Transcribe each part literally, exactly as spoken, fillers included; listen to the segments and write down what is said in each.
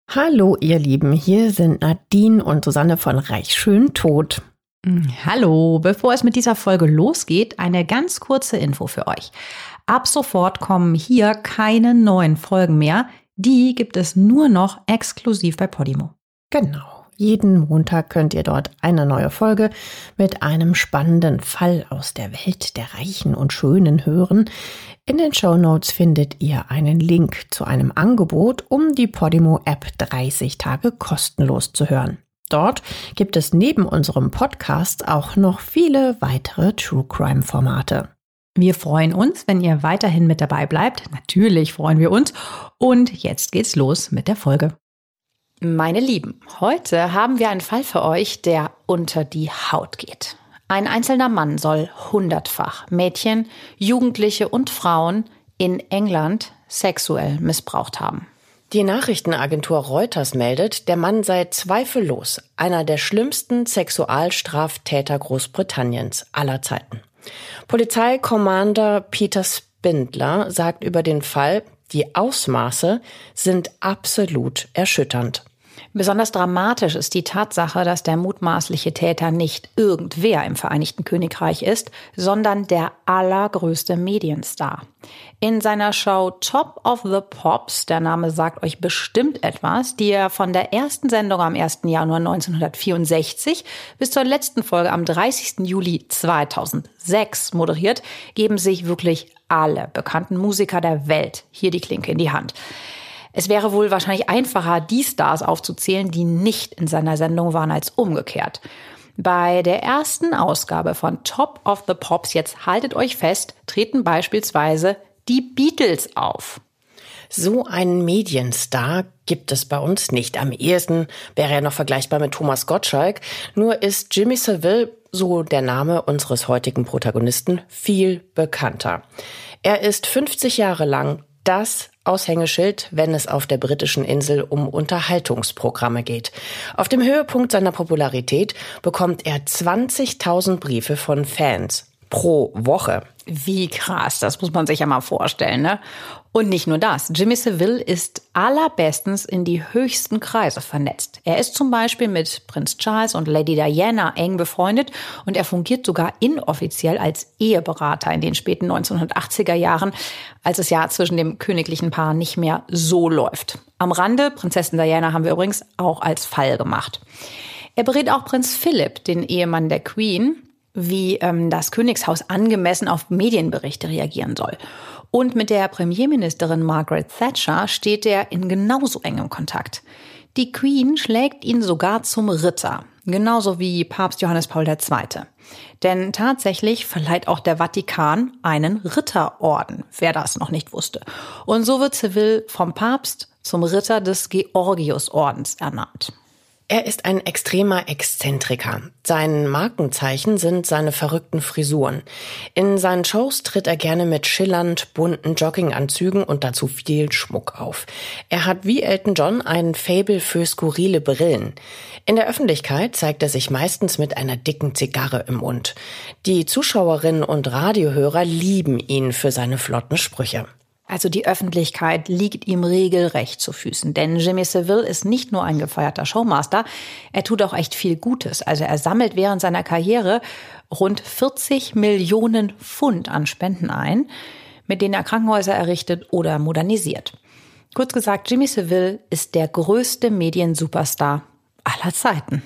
Hallo ihr Lieben, hier sind Nadine und Susanne von Reich schön tot. Hallo, bevor es mit dieser Folge losgeht, eine ganz kurze Info für euch. Ab sofort kommen hier keine neuen Folgen mehr. Die gibt es nur noch exklusiv bei Podimo. Genau. Jeden Montag könnt ihr dort eine neue Folge mit einem spannenden Fall aus der Welt der Reichen und Schönen hören. In den Shownotes findet ihr einen Link zu einem Angebot, um die Podimo-App dreißig Tage kostenlos zu hören. Dort gibt es neben unserem Podcast auch noch viele weitere True-Crime-Formate. Wir freuen uns, wenn ihr weiterhin mit dabei bleibt. Natürlich freuen wir uns. Und jetzt geht's los mit der Folge. Meine Lieben, heute haben wir einen Fall für euch, der unter die Haut geht. Ein einzelner Mann soll hundertfach Mädchen, Jugendliche und Frauen in England sexuell missbraucht haben. Die Nachrichtenagentur Reuters meldet, der Mann sei zweifellos einer der schlimmsten Sexualstraftäter Großbritanniens aller Zeiten. Polizeikommander Peter Spindler sagt über den Fall, die Ausmaße sind absolut erschütternd. Besonders dramatisch ist die Tatsache, dass der mutmaßliche Täter nicht irgendwer im Vereinigten Königreich ist, sondern der allergrößte Medienstar. In seiner Show Top of the Pops, der Name sagt euch bestimmt etwas, die er von der ersten Sendung am ersten Januar neunzehnhundertvierundsechzig bis zur letzten Folge am dreißigsten Juli zweitausendsechs moderiert, geben sich wirklich alle bekannten Musiker der Welt hier die Klinke in die Hand. Es wäre wohl wahrscheinlich einfacher, die Stars aufzuzählen, die nicht in seiner Sendung waren, als umgekehrt. Bei der ersten Ausgabe von Top of the Pops, jetzt haltet euch fest, treten beispielsweise die Beatles auf. So einen Medienstar gibt es bei uns nicht. Am ehesten wäre er noch vergleichbar mit Thomas Gottschalk. Nur ist Jimmy Savile, so der Name unseres heutigen Protagonisten, viel bekannter. Er ist fünfzig Jahre lang das Aushängeschild, wenn es auf der britischen Insel um Unterhaltungsprogramme geht. Auf dem Höhepunkt seiner Popularität bekommt er zwanzigtausend Briefe von Fans pro Woche. Wie krass, das muss man sich ja mal vorstellen, ne? Und nicht nur das. Jimmy Savile ist allerbestens in die höchsten Kreise vernetzt. Er ist zum Beispiel mit Prinz Charles und Lady Diana eng befreundet und er fungiert sogar inoffiziell als Eheberater in den späten neunzehnhundertachtziger Jahren, als es ja zwischen dem königlichen Paar nicht mehr so läuft. Am Rande, Prinzessin Diana haben wir übrigens auch als Fall gemacht. Er berät auch Prinz Philipp, den Ehemann der Queen, wie ähm, das Königshaus angemessen auf Medienberichte reagieren soll. Und mit der Premierministerin Margaret Thatcher steht er in genauso engem Kontakt. Die Queen schlägt ihn sogar zum Ritter, genauso wie Papst Johannes Paul der Zweite. Denn tatsächlich verleiht auch der Vatikan einen Ritterorden, wer das noch nicht wusste. Und so wird Savile vom Papst zum Ritter des Georgiusordens ernannt. Er ist ein extremer Exzentriker. Sein Markenzeichen sind seine verrückten Frisuren. In seinen Shows tritt er gerne mit schillernd bunten Jogginganzügen und dazu viel Schmuck auf. Er hat wie Elton John ein Faible für skurrile Brillen. In der Öffentlichkeit zeigt er sich meistens mit einer dicken Zigarre im Mund. Die Zuschauerinnen und Radiohörer lieben ihn für seine flotten Sprüche. Also die Öffentlichkeit liegt ihm regelrecht zu Füßen, denn Jimmy Savile ist nicht nur ein gefeierter Showmaster, er tut auch echt viel Gutes. Also er sammelt während seiner Karriere rund vierzig Millionen Pfund an Spenden ein, mit denen er Krankenhäuser errichtet oder modernisiert. Kurz gesagt, Jimmy Savile ist der größte Mediensuperstar aller Zeiten.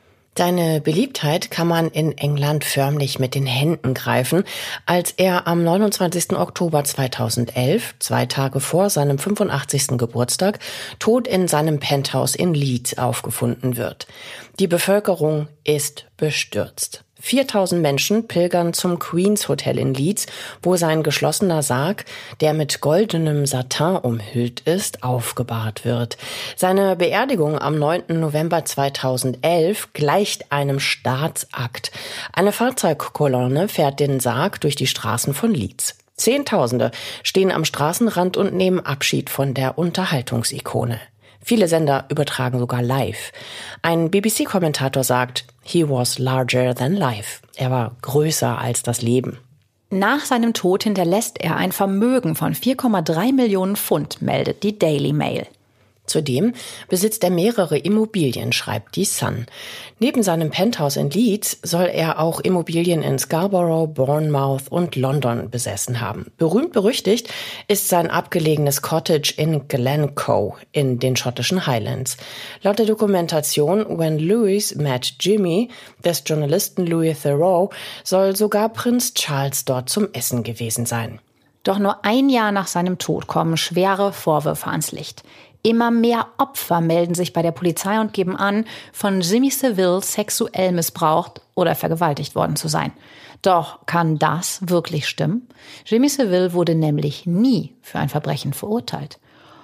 Seine Beliebtheit kann man in England förmlich mit den Händen greifen, als er am neunundzwanzigsten Oktober zweitausendelf, zwei Tage vor seinem fünfundachtzigsten Geburtstag, tot in seinem Penthouse in Leeds aufgefunden wird. Die Bevölkerung ist bestürzt. viertausend Menschen pilgern zum Queen's Hotel in Leeds, wo sein geschlossener Sarg, der mit goldenem Satin umhüllt ist, aufgebahrt wird. Seine Beerdigung am neunten November zweitausendelf gleicht einem Staatsakt. Eine Fahrzeugkolonne fährt den Sarg durch die Straßen von Leeds. Zehntausende stehen am Straßenrand und nehmen Abschied von der Unterhaltungsikone. Viele Sender übertragen sogar live. Ein B B C-Kommentator sagt, he was larger than life. Er war größer als das Leben. Nach seinem Tod hinterlässt er ein Vermögen von vier Komma drei Millionen Pfund, meldet die Daily Mail. Zudem besitzt er mehrere Immobilien, schreibt die Sun. Neben seinem Penthouse in Leeds soll er auch Immobilien in Scarborough, Bournemouth und London besessen haben. Berühmt berüchtigt ist sein abgelegenes Cottage in Glencoe in den schottischen Highlands. Laut der Dokumentation When Louis Met Jimmy des Journalisten Louis Theroux soll sogar Prinz Charles dort zum Essen gewesen sein. Doch nur ein Jahr nach seinem Tod kommen schwere Vorwürfe ans Licht. Immer mehr Opfer melden sich bei der Polizei und geben an, von Jimmy Savile sexuell missbraucht oder vergewaltigt worden zu sein. Doch kann das wirklich stimmen? Jimmy Savile wurde nämlich nie für ein Verbrechen verurteilt.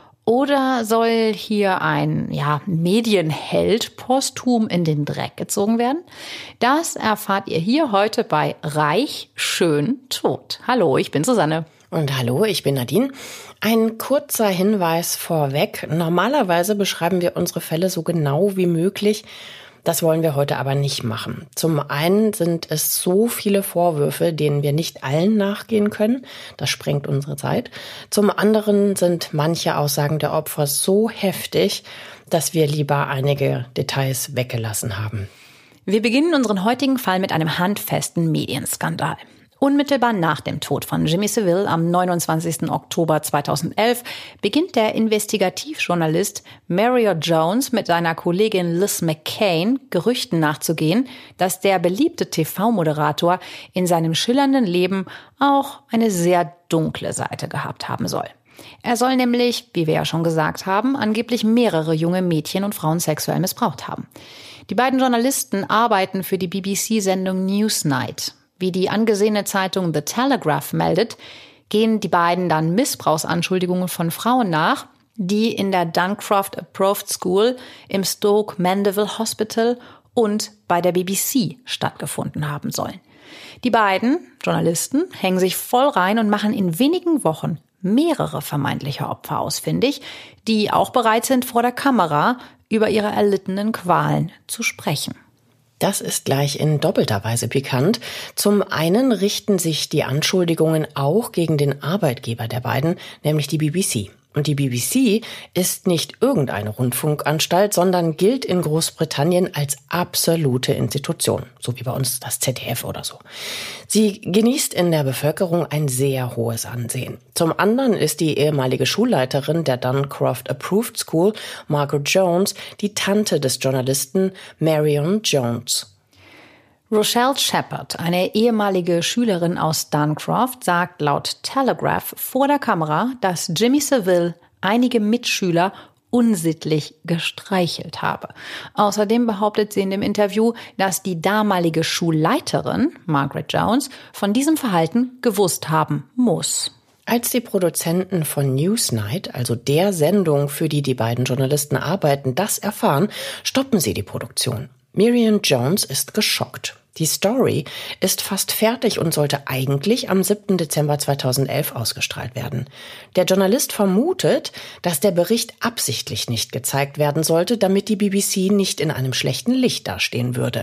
Oder soll hier ein ja, Medienheld posthum in den Dreck gezogen werden? Das erfahrt ihr hier heute bei Reich, Schön, Tot. Hallo, ich bin Susanne. Und hallo, ich bin Nadine. Ein kurzer Hinweis vorweg. Normalerweise beschreiben wir unsere Fälle so genau wie möglich. Das wollen wir heute aber nicht machen. Zum einen sind es so viele Vorwürfe, denen wir nicht allen nachgehen können. Das sprengt unsere Zeit. Zum anderen sind manche Aussagen der Opfer so heftig, dass wir lieber einige Details weggelassen haben. Wir beginnen unseren heutigen Fall mit einem handfesten Medienskandal. Unmittelbar nach dem Tod von Jimmy Savile am neunundzwanzigsten Oktober zweitausendelf beginnt der Investigativjournalist Mario Jones mit seiner Kollegin Liz McCain Gerüchten nachzugehen, dass der beliebte T V-Moderator in seinem schillernden Leben auch eine sehr dunkle Seite gehabt haben soll. Er soll nämlich, wie wir ja schon gesagt haben, angeblich mehrere junge Mädchen und Frauen sexuell missbraucht haben. Die beiden Journalisten arbeiten für die B B C-Sendung Newsnight. Wie die angesehene Zeitung The Telegraph meldet, gehen die beiden dann Missbrauchsanschuldigungen von Frauen nach, die in der Duncroft Approved School, im Stoke Mandeville Hospital und bei der B B C stattgefunden haben sollen. Die beiden Journalisten hängen sich voll rein und machen in wenigen Wochen mehrere vermeintliche Opfer ausfindig, die auch bereit sind, vor der Kamera über ihre erlittenen Qualen zu sprechen. Das ist gleich in doppelter Weise pikant. Zum einen richten sich die Anschuldigungen auch gegen den Arbeitgeber der beiden, nämlich die B B C. Und die B B C ist nicht irgendeine Rundfunkanstalt, sondern gilt in Großbritannien als absolute Institution, so wie bei uns das Z D F oder so. Sie genießt in der Bevölkerung ein sehr hohes Ansehen. Zum anderen ist die ehemalige Schulleiterin der Duncroft Approved School, Margaret Jones, die Tante des Journalisten Marion Jones. Rochelle Shepherd, eine ehemalige Schülerin aus Duncroft, sagt laut Telegraph vor der Kamera, dass Jimmy Savile einige Mitschüler unsittlich gestreichelt habe. Außerdem behauptet sie in dem Interview, dass die damalige Schulleiterin, Margaret Jones, von diesem Verhalten gewusst haben muss. Als die Produzenten von Newsnight, also der Sendung, für die die beiden Journalisten arbeiten, das erfahren, stoppen sie die Produktion. Marion Jones ist geschockt. Die Story ist fast fertig und sollte eigentlich am siebten Dezember zweitausendelf ausgestrahlt werden. Der Journalist vermutet, dass der Bericht absichtlich nicht gezeigt werden sollte, damit die B B C nicht in einem schlechten Licht dastehen würde.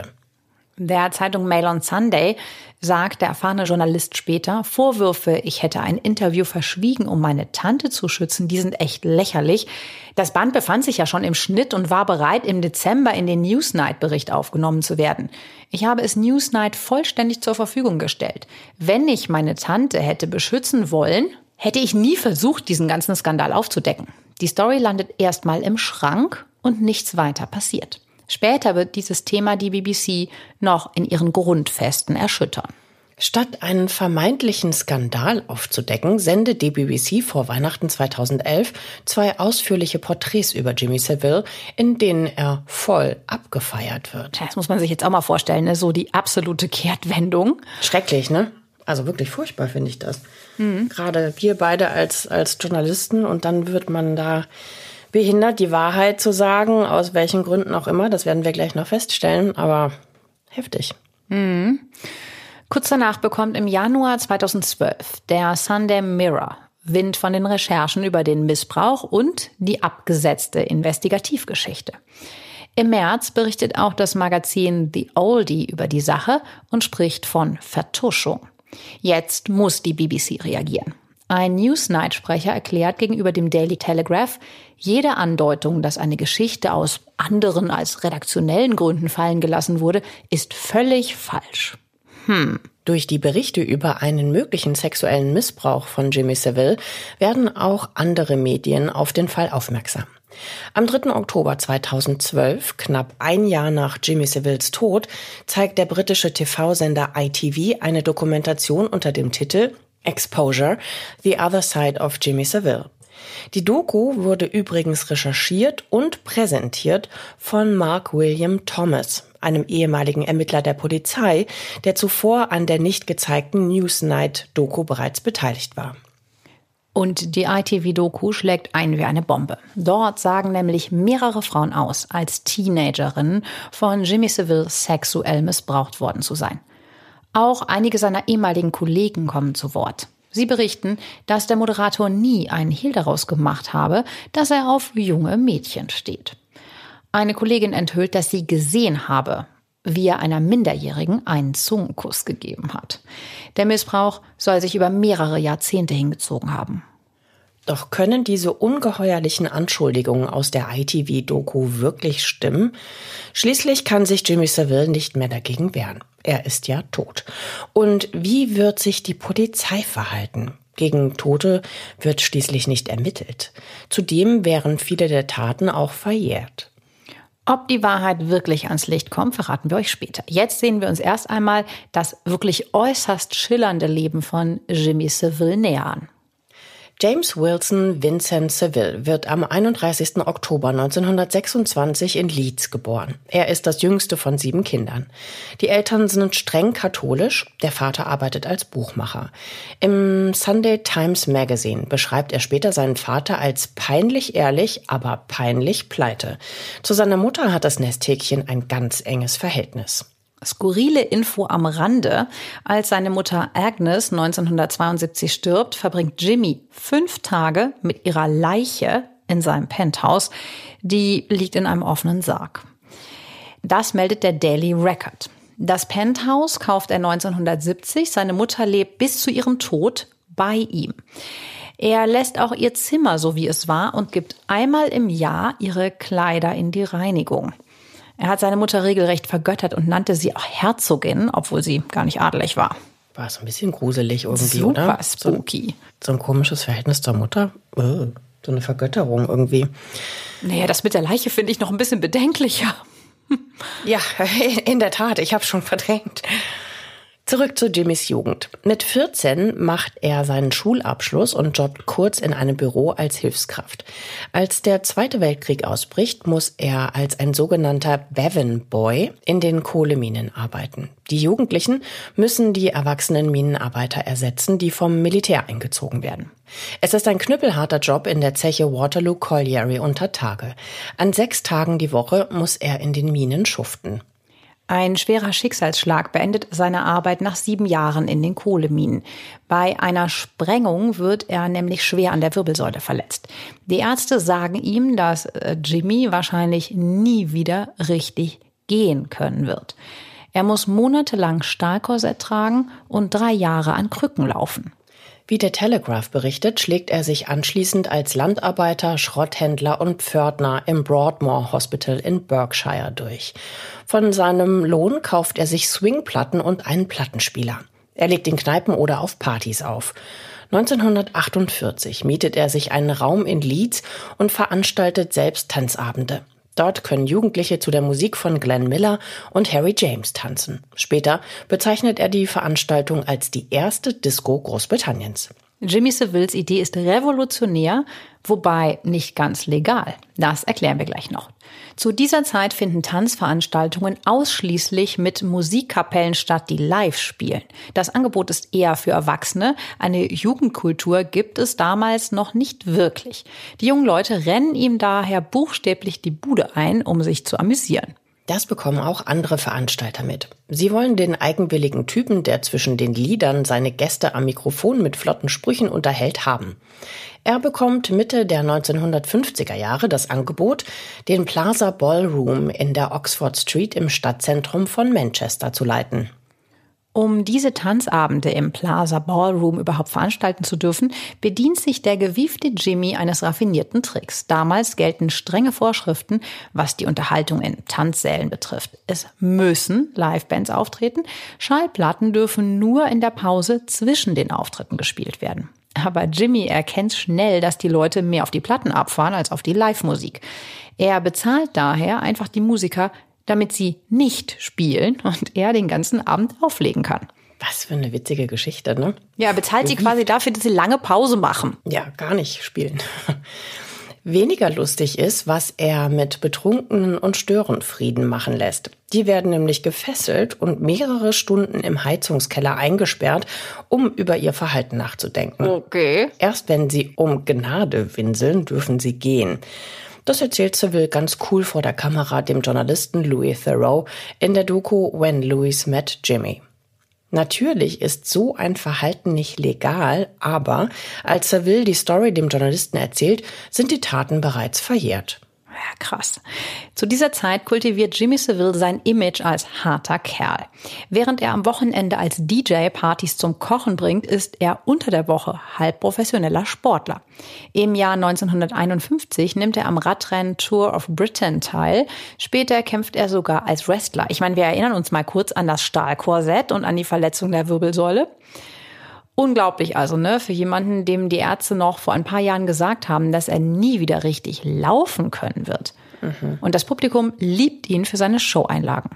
Der Zeitung Mail on Sunday sagt der erfahrene Journalist später, Vorwürfe, ich hätte ein Interview verschwiegen, um meine Tante zu schützen, die sind echt lächerlich. Das Band befand sich ja schon im Schnitt und war bereit, im Dezember in den Newsnight-Bericht aufgenommen zu werden. Ich habe es Newsnight vollständig zur Verfügung gestellt. Wenn ich meine Tante hätte beschützen wollen, hätte ich nie versucht, diesen ganzen Skandal aufzudecken. Die Story landet erstmal im Schrank und nichts weiter passiert. Später wird dieses Thema die B B C noch in ihren Grundfesten erschüttern. Statt einen vermeintlichen Skandal aufzudecken, sendet die B B C vor Weihnachten zweitausendelf zwei ausführliche Porträts über Jimmy Savile, in denen er voll abgefeiert wird. Das muss man sich jetzt auch mal vorstellen, ne? So die absolute Kehrtwendung. Schrecklich, ne? Also wirklich furchtbar finde ich das. Mhm. Gerade wir beide als, als Journalisten, und dann wird man da behindert, die Wahrheit zu sagen, aus welchen Gründen auch immer. Das werden wir gleich noch feststellen, aber heftig. Mhm. Kurz danach bekommt im Januar zweitausendzwölf der Sunday Mirror Wind von den Recherchen über den Missbrauch und die abgesetzte Investigativgeschichte. Im März berichtet auch das Magazin The Oldie über die Sache und spricht von Vertuschung. Jetzt muss die B B C reagieren. Ein Newsnight-Sprecher erklärt gegenüber dem Daily Telegraph, jede Andeutung, dass eine Geschichte aus anderen als redaktionellen Gründen fallen gelassen wurde, ist völlig falsch. Hm. Durch die Berichte über einen möglichen sexuellen Missbrauch von Jimmy Savile werden auch andere Medien auf den Fall aufmerksam. Am dritten Oktober zweitausendzwölf, knapp ein Jahr nach Jimmy Saviles Tod, zeigt der britische T V-Sender I T V eine Dokumentation unter dem Titel Exposure – The Other Side of Jimmy Savile. Die Doku wurde übrigens recherchiert und präsentiert von Mark William Thomas, einem ehemaligen Ermittler der Polizei, der zuvor an der nicht gezeigten Newsnight-Doku bereits beteiligt war. Und die I T V-Doku schlägt ein wie eine Bombe. Dort sagen nämlich mehrere Frauen aus, als Teenagerinnen von Jimmy Savile sexuell missbraucht worden zu sein. Auch einige seiner ehemaligen Kollegen kommen zu Wort. Sie berichten, dass der Moderator nie einen Hehl daraus gemacht habe, dass er auf junge Mädchen steht. Eine Kollegin enthüllt, dass sie gesehen habe, wie er einer Minderjährigen einen Zungenkuss gegeben hat. Der Missbrauch soll sich über mehrere Jahrzehnte hingezogen haben. Doch können diese ungeheuerlichen Anschuldigungen aus der I T V-Doku wirklich stimmen? Schließlich kann sich Jimmy Savile nicht mehr dagegen wehren. Er ist ja tot. Und wie wird sich die Polizei verhalten? Gegen Tote wird schließlich nicht ermittelt. Zudem wären viele der Taten auch verjährt. Ob die Wahrheit wirklich ans Licht kommt, verraten wir euch später. Jetzt sehen wir uns erst einmal das wirklich äußerst schillernde Leben von Jimmy Savile näher an. James Wilson Vincent Savile wird am einunddreißigsten Oktober neunzehnhundertsechsundzwanzig in Leeds geboren. Er ist das jüngste von sieben Kindern. Die Eltern sind streng katholisch, der Vater arbeitet als Buchmacher. Im Sunday Times Magazine beschreibt er später seinen Vater als peinlich ehrlich, aber peinlich pleite. Zu seiner Mutter hat das Nesthäkchen ein ganz enges Verhältnis. Skurrile Info am Rande. Als seine Mutter Agnes neunzehnhundertzweiundsiebzig stirbt, verbringt Jimmy fünf Tage mit ihrer Leiche in seinem Penthouse. Die liegt in einem offenen Sarg. Das meldet der Daily Record. Das Penthouse kauft er neunzehnhundertsiebzig. Seine Mutter lebt bis zu ihrem Tod bei ihm. Er lässt auch ihr Zimmer so, wie es war, und gibt einmal im Jahr ihre Kleider in die Reinigung. Er hat seine Mutter regelrecht vergöttert und nannte sie auch Herzogin, obwohl sie gar nicht adelig war. War so ein bisschen gruselig irgendwie, Super oder? Super spooky. So, so ein komisches Verhältnis zur Mutter. Oh, so eine Vergötterung irgendwie. Naja, das mit der Leiche finde ich noch ein bisschen bedenklicher. Ja, in der Tat, ich habe schon verdrängt. Zurück zu Jimmys Jugend. Mit vierzehn macht er seinen Schulabschluss und jobbt kurz in einem Büro als Hilfskraft. Als der Zweite Weltkrieg ausbricht, muss er als ein sogenannter Bevan Boy in den Kohleminen arbeiten. Die Jugendlichen müssen die erwachsenen Minenarbeiter ersetzen, die vom Militär eingezogen werden. Es ist ein knüppelharter Job in der Zeche Waterloo Colliery unter Tage. An sechs Tagen die Woche muss er in den Minen schuften. Ein schwerer Schicksalsschlag beendet seine Arbeit nach sieben Jahren in den Kohleminen. Bei einer Sprengung wird er nämlich schwer an der Wirbelsäule verletzt. Die Ärzte sagen ihm, dass Jimmy wahrscheinlich nie wieder richtig gehen können wird. Er muss monatelang Stahlkorsett tragen und drei Jahre an Krücken laufen. Wie der Telegraph berichtet, schlägt er sich anschließend als Landarbeiter, Schrotthändler und Pförtner im Broadmoor Hospital in Berkshire durch. Von seinem Lohn kauft er sich Swingplatten und einen Plattenspieler. Er legt in Kneipen oder auf Partys auf. neunzehnhundertachtundvierzig mietet er sich einen Raum in Leeds und veranstaltet selbst Tanzabende. Dort können Jugendliche zu der Musik von Glenn Miller und Harry James tanzen. Später bezeichnet er die Veranstaltung als die erste Disco Großbritanniens. Jimmy Saviles Idee ist revolutionär, wobei nicht ganz legal. Das erklären wir gleich noch. Zu dieser Zeit finden Tanzveranstaltungen ausschließlich mit Musikkapellen statt, die live spielen. Das Angebot ist eher für Erwachsene. Eine Jugendkultur gibt es damals noch nicht wirklich. Die jungen Leute rennen ihm daher buchstäblich die Bude ein, um sich zu amüsieren. Das bekommen auch andere Veranstalter mit. Sie wollen den eigenwilligen Typen, der zwischen den Liedern seine Gäste am Mikrofon mit flotten Sprüchen unterhält, haben. Er bekommt Mitte der neunzehnhundertfünfziger Jahre das Angebot, den Plaza Ballroom in der Oxford Street im Stadtzentrum von Manchester zu leiten. Um diese Tanzabende im Plaza Ballroom überhaupt veranstalten zu dürfen, bedient sich der gewiefte Jimmy eines raffinierten Tricks. Damals gelten strenge Vorschriften, was die Unterhaltung in Tanzsälen betrifft. Es müssen Livebands auftreten, Schallplatten dürfen nur in der Pause zwischen den Auftritten gespielt werden. Aber Jimmy erkennt schnell, dass die Leute mehr auf die Platten abfahren als auf die Live-Musik. Er bezahlt daher einfach die Musiker, damit sie nicht spielen und er den ganzen Abend auflegen kann. Was für eine witzige Geschichte, ne? Ja, er bezahlt sie quasi dafür, dass sie lange Pause machen. Ja, gar nicht spielen. Weniger lustig ist, was er mit Betrunkenen und Störenfrieden machen lässt. Die werden nämlich gefesselt und mehrere Stunden im Heizungskeller eingesperrt, um über ihr Verhalten nachzudenken. Okay. Erst wenn sie um Gnade winseln, dürfen sie gehen. Das erzählt Seville ganz cool vor der Kamera dem Journalisten Louis Theroux in der Doku When Louis Met Jimmy. Natürlich ist so ein Verhalten nicht legal, aber als Seville die Story dem Journalisten erzählt, sind die Taten bereits verjährt. Ja, krass. Zu dieser Zeit kultiviert Jimmy Savile sein Image als harter Kerl. Während er am Wochenende als D J Partys zum Kochen bringt, ist er unter der Woche halbprofessioneller Sportler. Im Jahr neunzehnhunderteinundfünfzig nimmt er am Radrennen Tour of Britain teil. Später kämpft er sogar als Wrestler. Ich meine, wir erinnern uns mal kurz an das Stahlkorsett und an die Verletzung der Wirbelsäule. Unglaublich also, ne? Für jemanden, dem die Ärzte noch vor ein paar Jahren gesagt haben, dass er nie wieder richtig laufen können wird. Mhm. Und das Publikum liebt ihn für seine Showeinlagen.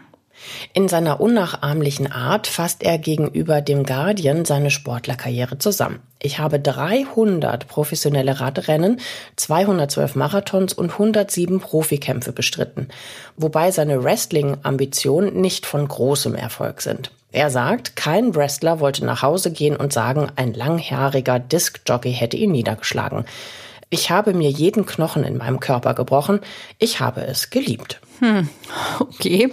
In seiner unnachahmlichen Art fasst er gegenüber dem Guardian seine Sportlerkarriere zusammen. Ich habe dreihundert professionelle Radrennen, zweihundertzwölf Marathons und hundertsieben Profikämpfe bestritten, wobei seine Wrestling-Ambitionen nicht von großem Erfolg sind. Er sagt, kein Wrestler wollte nach Hause gehen und sagen, ein langhaariger Diskjockey hätte ihn niedergeschlagen. Ich habe mir jeden Knochen in meinem Körper gebrochen. Ich habe es geliebt. Hm, okay.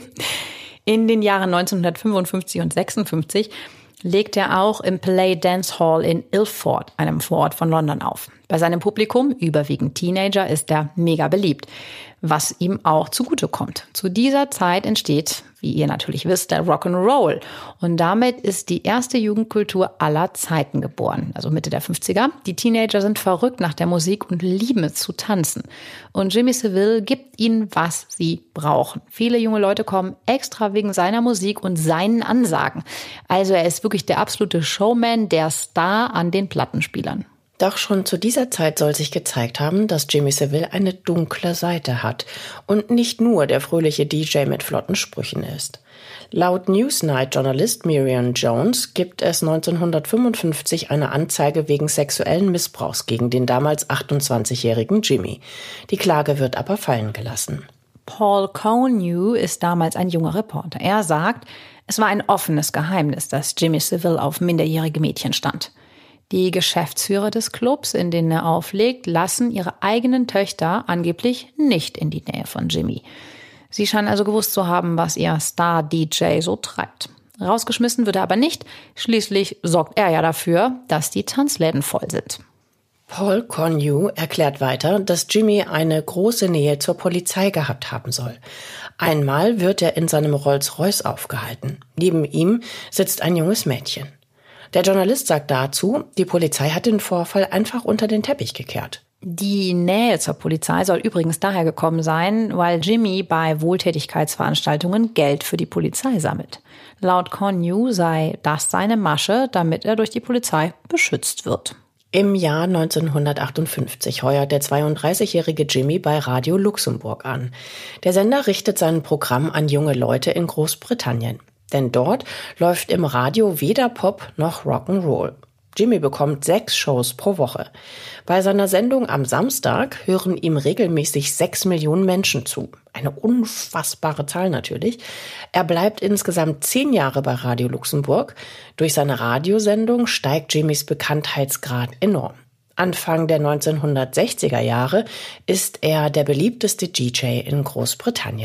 In den Jahren neunzehnhundertfünfundfünfzig und sechsundfünfzig legt er auch im Play Dance Hall in Ilford, einem Vorort von London, auf. Bei seinem Publikum, überwiegend Teenager, ist er mega beliebt, was ihm auch zugutekommt. Zu dieser Zeit entsteht, wie ihr natürlich wisst, der Rock'n'Roll. Und damit ist die erste Jugendkultur aller Zeiten geboren, also Mitte der fünfziger. Die Teenager sind verrückt nach der Musik und lieben es zu tanzen. Und Jimmy Savile gibt ihnen, was sie brauchen. Viele junge Leute kommen extra wegen seiner Musik und seinen Ansagen. Also er ist wirklich der absolute Showman, der Star an den Plattenspielern. Doch schon zu dieser Zeit soll sich gezeigt haben, dass Jimmy Savile eine dunkle Seite hat und nicht nur der fröhliche D J mit flotten Sprüchen ist. Laut Newsnight-Journalist Miriam Jones gibt es neunzehnhundertfünfundfünfzig eine Anzeige wegen sexuellen Missbrauchs gegen den damals achtundzwanzigjährigen Jimmy. Die Klage wird aber fallen gelassen. Paul Connew ist damals ein junger Reporter. Er sagt, es war ein offenes Geheimnis, dass Jimmy Savile auf minderjährige Mädchen stand. Die Geschäftsführer des Clubs, in denen er auflegt, lassen ihre eigenen Töchter angeblich nicht in die Nähe von Jimmy. Sie scheinen also gewusst zu haben, was ihr Star-D J so treibt. Rausgeschmissen wird er aber nicht. Schließlich sorgt er ja dafür, dass die Tanzläden voll sind. Paul Connew erklärt weiter, dass Jimmy eine große Nähe zur Polizei gehabt haben soll. Einmal wird er in seinem Rolls-Royce aufgehalten. Neben ihm sitzt ein junges Mädchen. Der Journalist sagt dazu, die Polizei hat den Vorfall einfach unter den Teppich gekehrt. Die Nähe zur Polizei soll übrigens daher gekommen sein, weil Jimmy bei Wohltätigkeitsveranstaltungen Geld für die Polizei sammelt. Laut Connew sei das seine Masche, damit er durch die Polizei beschützt wird. Im Jahr neunzehnhundertachtundfünfzig heuert der zweiunddreißigjährige Jimmy bei Radio Luxemburg an. Der Sender richtet sein Programm an junge Leute in Großbritannien. Denn dort läuft im Radio weder Pop noch Rock'n'Roll. Jimmy bekommt sechs Shows pro Woche. Bei seiner Sendung am Samstag hören ihm regelmäßig sechs Millionen Menschen zu. Eine unfassbare Zahl natürlich. Er bleibt insgesamt zehn Jahre bei Radio Luxemburg. Durch seine Radiosendung steigt Jimmys Bekanntheitsgrad enorm. Anfang der neunzehnhundertsechziger Jahre ist er der beliebteste D J in Großbritannien.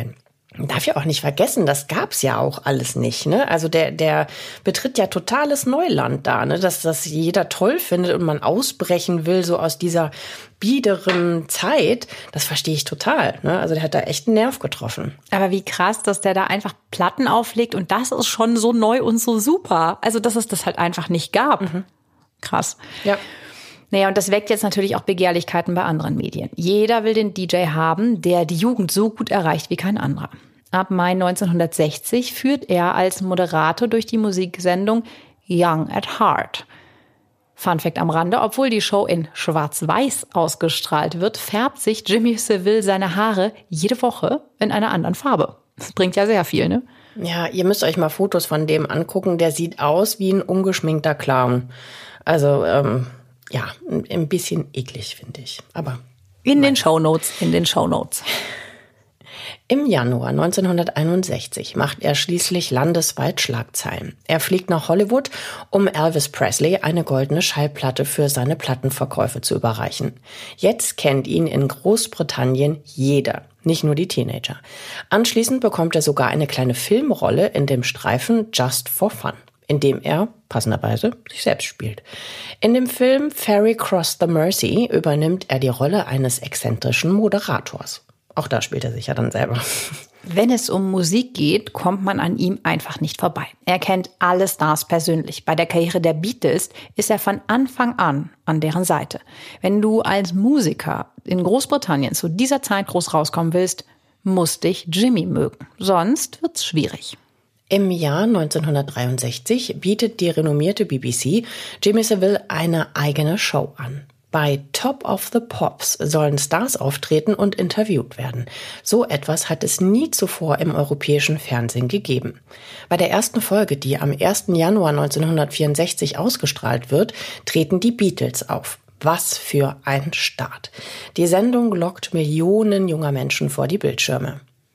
Man darf ja auch nicht vergessen, das gab's ja auch alles nicht, ne? Also der, der betritt ja totales Neuland da, ne? Dass das jeder toll findet und man ausbrechen will, so aus dieser biederen Zeit. Das verstehe ich total, ne? Also der hat da echt einen Nerv getroffen. Aber wie krass, dass der da einfach Platten auflegt und das ist schon so neu und so super. Also, dass es das halt einfach nicht gab. Mhm. Krass. Ja. Naja, und das weckt jetzt natürlich auch Begehrlichkeiten bei anderen Medien. Jeder will den D J haben, der die Jugend so gut erreicht wie kein anderer. Ab Mai neunzehnhundertsechzig führt er als Moderator durch die Musiksendung Young at Heart. Fun Fact am Rande, obwohl die Show in Schwarz-Weiß ausgestrahlt wird, färbt sich Jimmy Savile seine Haare jede Woche in einer anderen Farbe. Das bringt ja sehr viel, ne? Ja, ihr müsst euch mal Fotos von dem angucken. Der sieht aus wie ein ungeschminkter Clown. Also, ähm... ja, ein bisschen eklig, finde ich. Aber in den Shownotes, in den Shownotes. Im Januar neunzehnhunderteinundsechzig macht er schließlich landesweit Schlagzeilen. Er fliegt nach Hollywood, um Elvis Presley eine goldene Schallplatte für seine Plattenverkäufe zu überreichen. Jetzt kennt ihn in Großbritannien jeder, nicht nur die Teenager. Anschließend bekommt er sogar eine kleine Filmrolle in dem Streifen Just for Fun, in dem er, passenderweise, sich selbst spielt. In dem Film Ferry Cross the Mersey übernimmt er die Rolle eines exzentrischen Moderators. Auch da spielt er sich ja dann selber. Wenn es um Musik geht, kommt man an ihm einfach nicht vorbei. Er kennt alle Stars persönlich. Bei der Karriere der Beatles ist er von Anfang an an deren Seite. Wenn du als Musiker in Großbritannien zu dieser Zeit groß rauskommen willst, musst dich Jimmy mögen. Sonst wird's schwierig. Im Jahr neunzehnhundertdreiundsechzig bietet die renommierte B B C Jimmy Savile eine eigene Show an. Bei Top of the Pops sollen Stars auftreten und interviewt werden. So etwas hat es nie zuvor im europäischen Fernsehen gegeben. Bei der ersten Folge, die am ersten Januar neunzehnhundertvierundsechzig ausgestrahlt wird, treten die Beatles auf. Was für ein Start. Die Sendung lockt Millionen junger Menschen vor die Bildschirme.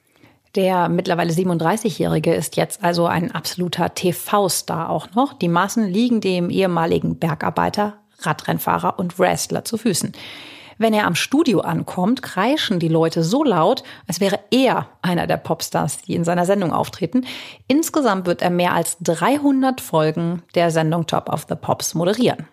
Der mittlerweile siebenunddreißigjährige ist jetzt also ein absoluter T V-Star auch noch. Die Massen liegen dem ehemaligen Bergarbeiter, Radrennfahrer und Wrestler zu Füßen. Wenn er am Studio ankommt, kreischen die Leute so laut, als wäre er einer der Popstars, die in seiner Sendung auftreten. Insgesamt wird er mehr als dreihundert Folgen der Sendung Top of the Pops moderieren.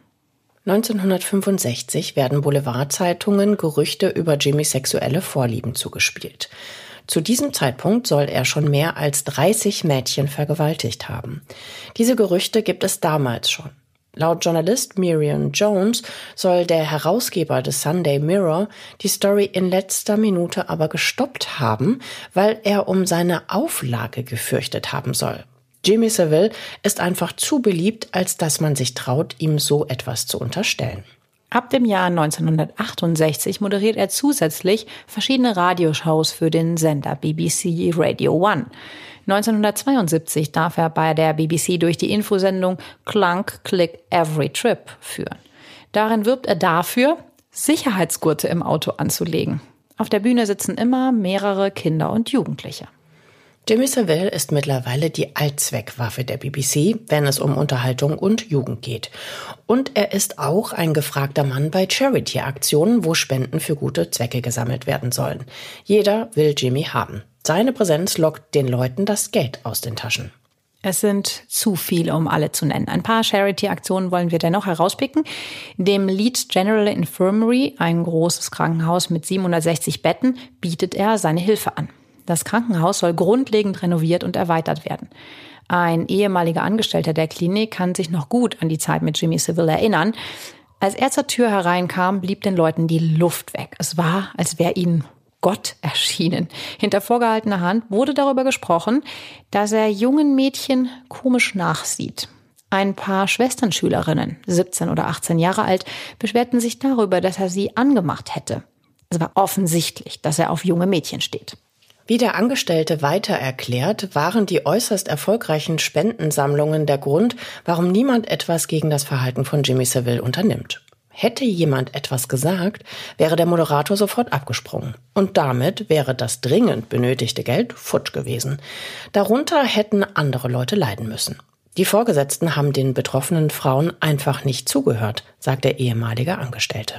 neunzehnhundertfünfundsechzig werden Boulevardzeitungen Gerüchte über Jimmys sexuelle Vorlieben zugespielt. Zu diesem Zeitpunkt soll er schon mehr als dreißig Mädchen vergewaltigt haben. Diese Gerüchte gibt es damals schon. Laut Journalist Miriam Jones soll der Herausgeber des Sunday Mirror die Story in letzter Minute aber gestoppt haben, weil er um seine Auflage gefürchtet haben soll. Jimmy Savile ist einfach zu beliebt, als dass man sich traut, ihm so etwas zu unterstellen. Ab dem Jahr neunzehnhundertachtundsechzig moderiert er zusätzlich verschiedene Radioshows für den Sender B B C Radio One. neunzehnhundertzweiundsiebzig darf er bei der B B C durch die Infosendung Clunk Click Every Trip führen. Darin wirbt er dafür, Sicherheitsgurte im Auto anzulegen. Auf der Bühne sitzen immer mehrere Kinder und Jugendliche. Jimmy Savile ist mittlerweile die Allzweckwaffe der B B C, wenn es um Unterhaltung und Jugend geht. Und er ist auch ein gefragter Mann bei Charity-Aktionen, wo Spenden für gute Zwecke gesammelt werden sollen. Jeder will Jimmy haben. Seine Präsenz lockt den Leuten das Geld aus den Taschen. Es sind zu viele, um alle zu nennen. Ein paar Charity-Aktionen wollen wir dennoch herauspicken. Dem Leeds General Infirmary, ein großes Krankenhaus mit siebenhundertsechzig Betten, bietet er seine Hilfe an. Das Krankenhaus soll grundlegend renoviert und erweitert werden. Ein ehemaliger Angestellter der Klinik kann sich noch gut an die Zeit mit Jimmy Savile erinnern. Als er zur Tür hereinkam, blieb den Leuten die Luft weg. Es war, als wäre ihnen Gott erschienen. Hinter vorgehaltener Hand wurde darüber gesprochen, dass er jungen Mädchen komisch nachsieht. Ein paar Schwesternschülerinnen, siebzehn oder achtzehn Jahre alt, beschwerten sich darüber, dass er sie angemacht hätte. Es war offensichtlich, dass er auf junge Mädchen steht. Wie der Angestellte weiter erklärt, waren die äußerst erfolgreichen Spendensammlungen der Grund, warum niemand etwas gegen das Verhalten von Jimmy Savile unternimmt. Hätte jemand etwas gesagt, wäre der Moderator sofort abgesprungen. Und damit wäre das dringend benötigte Geld futsch gewesen. Darunter hätten andere Leute leiden müssen. Die Vorgesetzten haben den betroffenen Frauen einfach nicht zugehört, sagt der ehemalige Angestellte.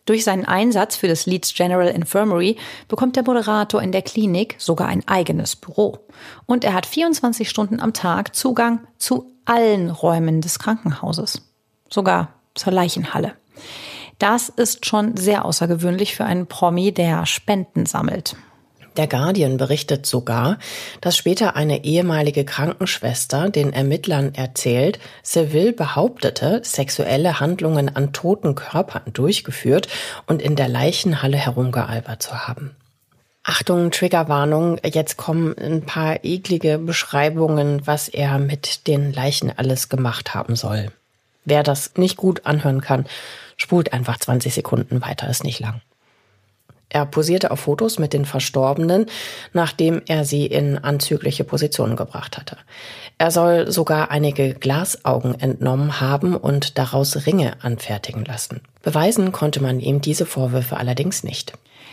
Durch seinen Einsatz für das Leeds General Infirmary bekommt der Moderator in der Klinik sogar ein eigenes Büro. Und er hat vierundzwanzig Stunden am Tag Zugang zu allen Räumen des Krankenhauses. Sogar zur Leichenhalle. Das ist schon sehr außergewöhnlich für einen Promi, der Spenden sammelt. Der Guardian berichtet sogar, dass später eine ehemalige Krankenschwester den Ermittlern erzählt, Seville behauptete, sexuelle Handlungen an toten Körpern durchgeführt und in der Leichenhalle herumgealbert zu haben. Achtung, Triggerwarnung, jetzt kommen ein paar eklige Beschreibungen, was er mit den Leichen alles gemacht haben soll. Wer das nicht gut anhören kann, spult einfach zwanzig Sekunden weiter, ist nicht lang. Er posierte auf Fotos mit den Verstorbenen, nachdem er sie in anzügliche Positionen gebracht hatte. Er soll sogar einige Glasaugen entnommen haben und daraus Ringe anfertigen lassen. Beweisen konnte man ihm diese Vorwürfe allerdings nicht.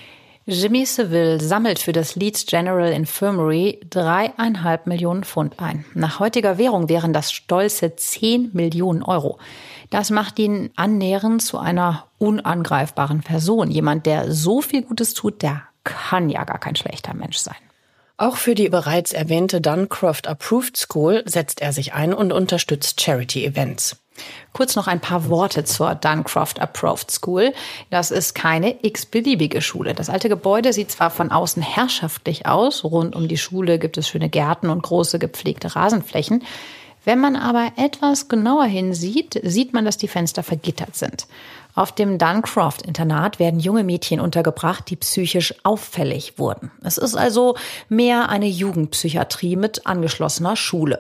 Jimmy Savile sammelt für das Leeds General Infirmary dreieinhalb Millionen Pfund ein. Nach heutiger Währung wären das stolze zehn Millionen Euro. Das macht ihn annähernd zu einer unangreifbaren Person. Jemand, der so viel Gutes tut, der kann ja gar kein schlechter Mensch sein. Auch für die bereits erwähnte Duncroft Approved School setzt er sich ein und unterstützt Charity-Events. Kurz noch ein paar Worte zur Duncroft Approved School. Das ist keine x-beliebige Schule. Das alte Gebäude sieht zwar von außen herrschaftlich aus. Rund um die Schule gibt es schöne Gärten und große gepflegte Rasenflächen. Wenn man aber etwas genauer hinsieht, sieht man, dass die Fenster vergittert sind. Auf dem Duncroft-Internat werden junge Mädchen untergebracht, die psychisch auffällig wurden. Es ist also mehr eine Jugendpsychiatrie mit angeschlossener Schule.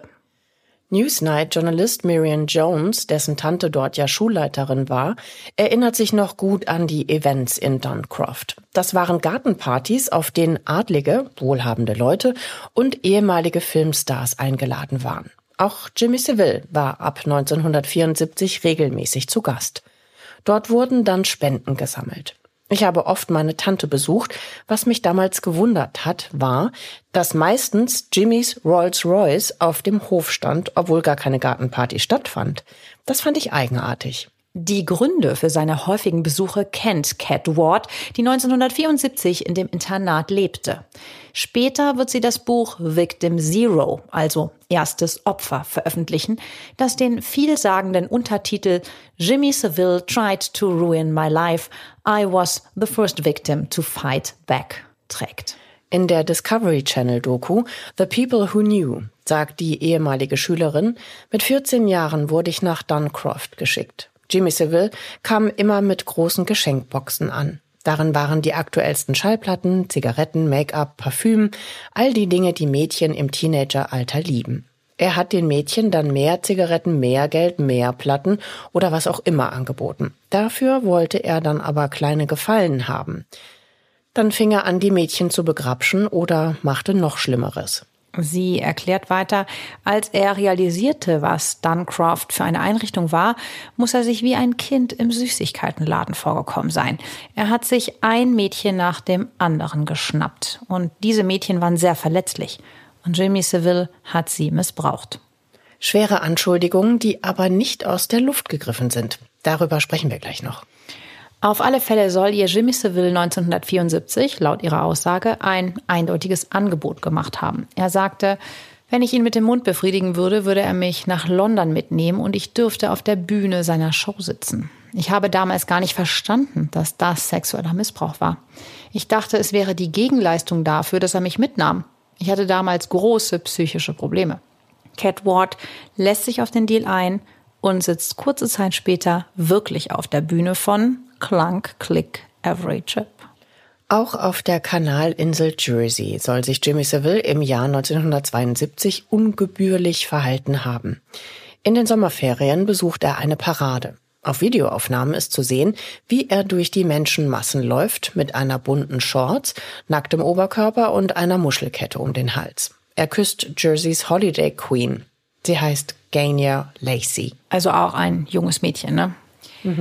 Newsnight-Journalist Miriam Jones, dessen Tante dort ja Schulleiterin war, erinnert sich noch gut an die Events in Duncroft. Das waren Gartenpartys, auf denen adlige, wohlhabende Leute und ehemalige Filmstars eingeladen waren. Auch Jimmy Savile war ab neunzehnhundertvierundsiebzig regelmäßig zu Gast. Dort wurden dann Spenden gesammelt. Ich habe oft meine Tante besucht. Was mich damals gewundert hat, war, dass meistens Jimmys Rolls-Royce auf dem Hof stand, obwohl gar keine Gartenparty stattfand. Das fand ich eigenartig. Die Gründe für seine häufigen Besuche kennt Cat Ward, die neunzehnhundertvierundsiebzig in dem Internat lebte. Später wird sie das Buch Victim Zero, also erstes Opfer, veröffentlichen, das den vielsagenden Untertitel Jimmy Savile tried to ruin my life. I was the first victim to fight back trägt. In der Discovery Channel Doku The People Who Knew sagt die ehemalige Schülerin, mit vierzehn Jahren wurde ich nach Duncroft geschickt. Jimmy Savile kam immer mit großen Geschenkboxen an. Darin waren die aktuellsten Schallplatten, Zigaretten, Make-up, Parfüm, all die Dinge, die Mädchen im Teenageralter lieben. Er hat den Mädchen dann mehr Zigaretten, mehr Geld, mehr Platten oder was auch immer angeboten. Dafür wollte er dann aber kleine Gefallen haben. Dann fing er an, die Mädchen zu begrapschen oder machte noch Schlimmeres. Sie erklärt weiter, als er realisierte, was Duncroft für eine Einrichtung war, muss er sich wie ein Kind im Süßigkeitenladen vorgekommen sein. Er hat sich ein Mädchen nach dem anderen geschnappt. Und diese Mädchen waren sehr verletzlich. Und Jimmy Savile hat sie missbraucht. Schwere Anschuldigungen, die aber nicht aus der Luft gegriffen sind. Darüber sprechen wir gleich noch. Auf alle Fälle soll ihr Jimmy Savile neunzehnhundertvierundsiebzig, laut ihrer Aussage, ein eindeutiges Angebot gemacht haben. Er sagte, wenn ich ihn mit dem Mund befriedigen würde, würde er mich nach London mitnehmen und ich dürfte auf der Bühne seiner Show sitzen. Ich habe damals gar nicht verstanden, dass das sexueller Missbrauch war. Ich dachte, es wäre die Gegenleistung dafür, dass er mich mitnahm. Ich hatte damals große psychische Probleme. Cat Ward lässt sich auf den Deal ein und sitzt kurze Zeit später wirklich auf der Bühne von Clunk, Click, Every Chip. Auch auf der Kanalinsel Jersey soll sich Jimmy Savile im Jahr neunzehnhundertzweiundsiebzig ungebührlich verhalten haben. In den Sommerferien besucht er eine Parade. Auf Videoaufnahmen ist zu sehen, wie er durch die Menschenmassen läuft mit einer bunten Shorts, nacktem Oberkörper und einer Muschelkette um den Hals. Er küsst Jerseys Holiday Queen. Sie heißt Gaynor Lacey. Also auch ein junges Mädchen, ne? Mhm.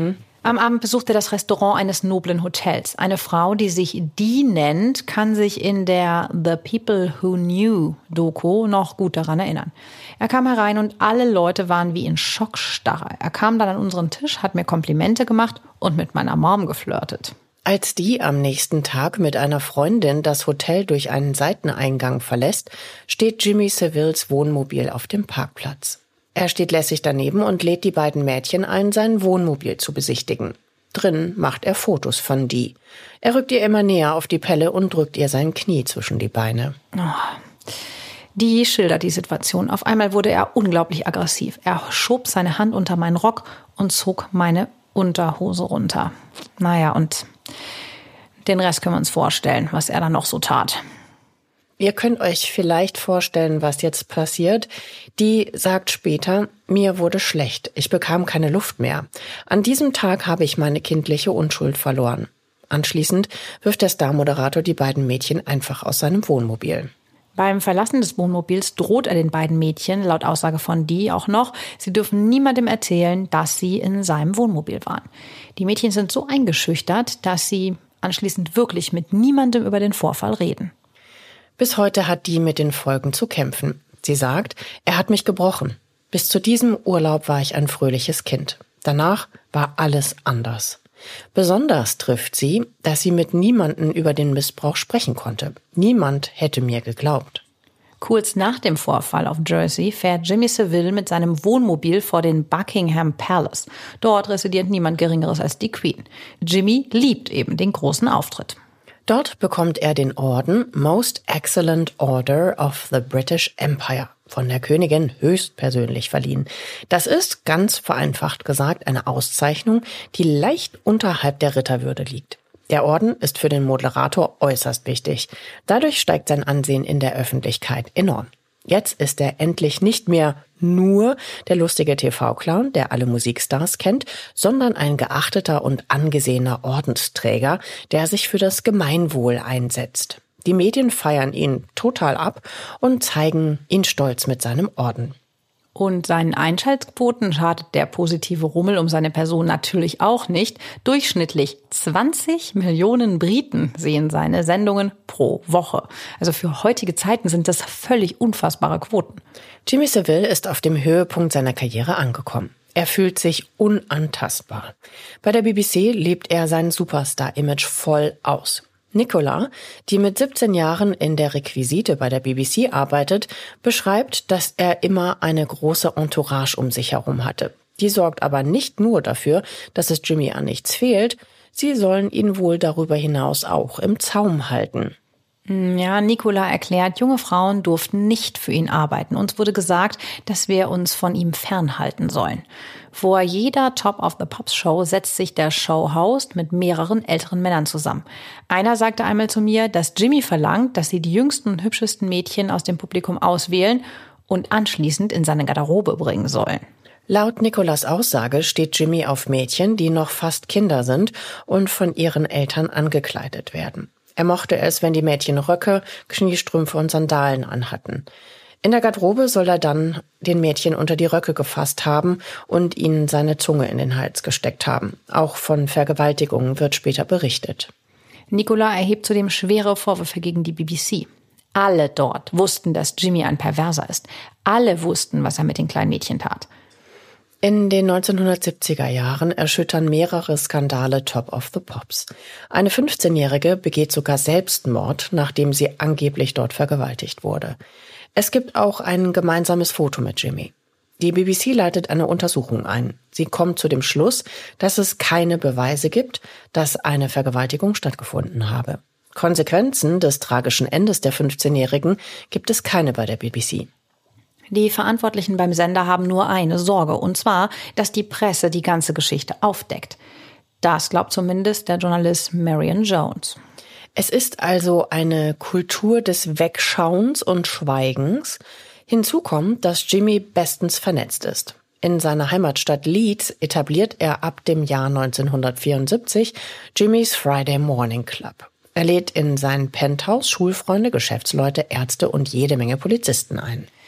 Am Abend besucht er das Restaurant eines noblen Hotels. Eine Frau, die sich Dee nennt, kann sich in der The People Who Knew Doku noch gut daran erinnern. Er kam herein und alle Leute waren wie in Schockstarre. Er kam dann an unseren Tisch, hat mir Komplimente gemacht und mit meiner Mom geflirtet. Als Dee am nächsten Tag mit einer Freundin das Hotel durch einen Seiteneingang verlässt, steht Jimmy Savills Wohnmobil auf dem Parkplatz. Er steht lässig daneben und lädt die beiden Mädchen ein, sein Wohnmobil zu besichtigen. Drin macht er Fotos von Dee. Er rückt ihr immer näher auf die Pelle und drückt ihr sein Knie zwischen die Beine. Oh. Dee schildert die Situation. Auf einmal wurde er unglaublich aggressiv. Er schob seine Hand unter meinen Rock und zog meine Unterhose runter. Naja, und den Rest können wir uns vorstellen, was er dann noch so tat. Ihr könnt euch vielleicht vorstellen, was jetzt passiert. Dee sagt später, mir wurde schlecht, ich bekam keine Luft mehr. An diesem Tag habe ich meine kindliche Unschuld verloren. Anschließend wirft der Star-Moderator die beiden Mädchen einfach aus seinem Wohnmobil. Beim Verlassen des Wohnmobils droht er den beiden Mädchen, laut Aussage von Dee auch noch, sie dürfen niemandem erzählen, dass sie in seinem Wohnmobil waren. Die Mädchen sind so eingeschüchtert, dass sie anschließend wirklich mit niemandem über den Vorfall reden. Bis heute hat Dee mit den Folgen zu kämpfen. Sie sagt, er hat mich gebrochen. Bis zu diesem Urlaub war ich ein fröhliches Kind. Danach war alles anders. Besonders trifft sie, dass sie mit niemandem über den Missbrauch sprechen konnte. Niemand hätte mir geglaubt. Kurz nach dem Vorfall auf Jersey fährt Jimmy Savile mit seinem Wohnmobil vor den Buckingham Palace. Dort residiert niemand Geringeres als die Queen. Jimmy liebt eben den großen Auftritt. Dort bekommt er den Orden Most Excellent Order of the British Empire von der Königin höchstpersönlich verliehen. Das ist, ganz vereinfacht gesagt, eine Auszeichnung, die leicht unterhalb der Ritterwürde liegt. Der Orden ist für den Moderator äußerst wichtig. Dadurch steigt sein Ansehen in der Öffentlichkeit enorm. Jetzt ist er endlich nicht mehr nur der lustige T V-Clown, der alle Musikstars kennt, sondern ein geachteter und angesehener Ordensträger, der sich für das Gemeinwohl einsetzt. Die Medien feiern ihn total ab und zeigen ihn stolz mit seinem Orden. Und seinen Einschaltquoten schadet der positive Rummel um seine Person natürlich auch nicht. Durchschnittlich zwanzig Millionen Briten sehen seine Sendungen pro Woche. Also für heutige Zeiten sind das völlig unfassbare Quoten. Jimmy Savile ist auf dem Höhepunkt seiner Karriere angekommen. Er fühlt sich unantastbar. Bei der B B C lebt er sein Superstar-Image voll aus. Nicola, die mit siebzehn Jahren in der Requisite bei der B B C arbeitet, beschreibt, dass er immer eine große Entourage um sich herum hatte. Die sorgt aber nicht nur dafür, dass es Jimmy an nichts fehlt, sie sollen ihn wohl darüber hinaus auch im Zaum halten. Ja, Nicola erklärt, junge Frauen durften nicht für ihn arbeiten. Uns wurde gesagt, dass wir uns von ihm fernhalten sollen. Vor jeder Top of the Pops Show setzt sich der Showhost mit mehreren älteren Männern zusammen. Einer sagte einmal zu mir, dass Jimmy verlangt, dass sie die jüngsten und hübschesten Mädchen aus dem Publikum auswählen und anschließend in seine Garderobe bringen sollen. Laut Nicolas Aussage steht Jimmy auf Mädchen, die noch fast Kinder sind und von ihren Eltern angekleidet werden. Er mochte es, wenn die Mädchen Röcke, Kniestrümpfe und Sandalen anhatten. In der Garderobe soll er dann den Mädchen unter die Röcke gefasst haben und ihnen seine Zunge in den Hals gesteckt haben. Auch von Vergewaltigungen wird später berichtet. Nicola erhebt zudem schwere Vorwürfe gegen die B B C. Alle dort wussten, dass Jimmy ein Perverser ist. Alle wussten, was er mit den kleinen Mädchen tat. In den neunzehnhundertsiebziger Jahren erschüttern mehrere Skandale Top of the Pops. Eine fünfzehnjährige begeht sogar Selbstmord, nachdem sie angeblich dort vergewaltigt wurde. Es gibt auch ein gemeinsames Foto mit Jimmy. Die B B C leitet eine Untersuchung ein. Sie kommt zu dem Schluss, dass es keine Beweise gibt, dass eine Vergewaltigung stattgefunden habe. Konsequenzen des tragischen Endes der fünfzehnjährigen gibt es keine bei der B B C. Die Verantwortlichen beim Sender haben nur eine Sorge, und zwar, dass die Presse die ganze Geschichte aufdeckt. Das glaubt zumindest der Journalist Marion Jones. Es ist also eine Kultur des Wegschauens und Schweigens. Hinzu kommt, dass Jimmy bestens vernetzt ist. In seiner Heimatstadt Leeds etabliert er ab dem Jahr neunzehnhundertvierundsiebzig Jimmy's Friday Morning Club. Er lädt in sein Penthouse Schulfreunde, Geschäftsleute, Ärzte und jede Menge Polizisten ein.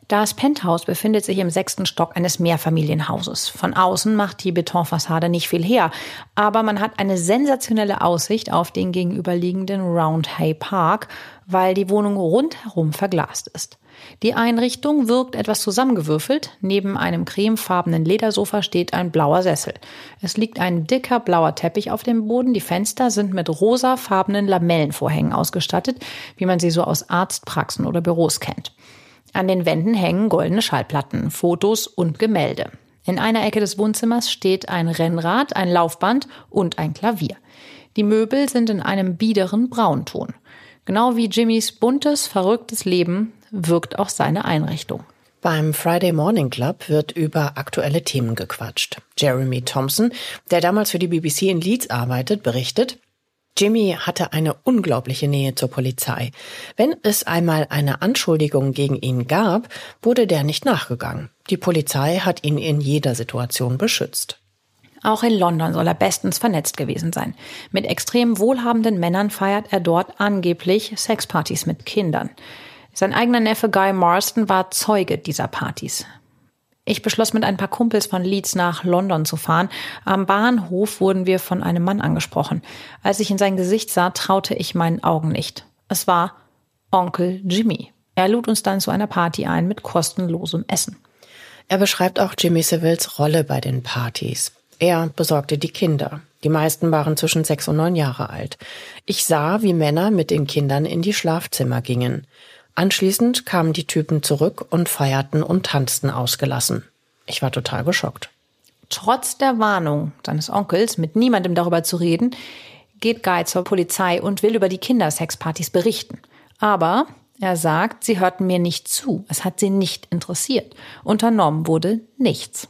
Das Penthouse befindet sich im sechsten Stock eines Mehrfamilienhauses. Von außen macht die Betonfassade nicht viel her, aber man hat eine sensationelle Aussicht auf den gegenüberliegenden Roundhay Park, weil die Wohnung rundherum verglast ist. Die Einrichtung wirkt etwas zusammengewürfelt. Neben einem cremefarbenen Ledersofa steht ein blauer Sessel. Es liegt ein dicker blauer Teppich auf dem Boden. Die Fenster sind mit rosafarbenen Lamellenvorhängen ausgestattet, wie man sie so aus Arztpraxen oder Büros kennt. An den Wänden hängen goldene Schallplatten, Fotos und Gemälde. In einer Ecke des Wohnzimmers steht ein Rennrad, ein Laufband und ein Klavier. Die Möbel sind in einem biederen Braunton. Genau wie Jimmys buntes, verrücktes Leben wirkt auch seine Einrichtung. Beim Friday Morning Club wird über aktuelle Themen gequatscht. Jeremy Thompson, der damals für die B B C in Leeds arbeitet, berichtet: Jimmy hatte eine unglaubliche Nähe zur Polizei. Wenn es einmal eine Anschuldigung gegen ihn gab, wurde der nicht nachgegangen. Die Polizei hat ihn in jeder Situation beschützt. Auch in London soll er bestens vernetzt gewesen sein. Mit extrem wohlhabenden Männern feiert er dort angeblich Sexpartys mit Kindern. Sein eigener Neffe Guy Marston war Zeuge dieser Partys. Ich beschloss, mit ein paar Kumpels von Leeds nach London zu fahren. Am Bahnhof wurden wir von einem Mann angesprochen. Als ich in sein Gesicht sah, traute ich meinen Augen nicht. Es war Onkel Jimmy. Er lud uns dann zu einer Party ein mit kostenlosem Essen. Er beschreibt auch Jimmy Saviles Rolle bei den Partys. Er besorgte die Kinder. Die meisten waren zwischen sechs und neun Jahre alt. Ich sah, wie Männer mit den Kindern in die Schlafzimmer gingen. Anschließend kamen die Typen zurück und feierten und tanzten ausgelassen. Ich war total geschockt. Trotz der Warnung seines Onkels, mit niemandem darüber zu reden, geht Guy zur Polizei und will über die Kindersexpartys berichten. Aber er sagt, sie hörten mir nicht zu. Es hat sie nicht interessiert. Unternommen wurde nichts.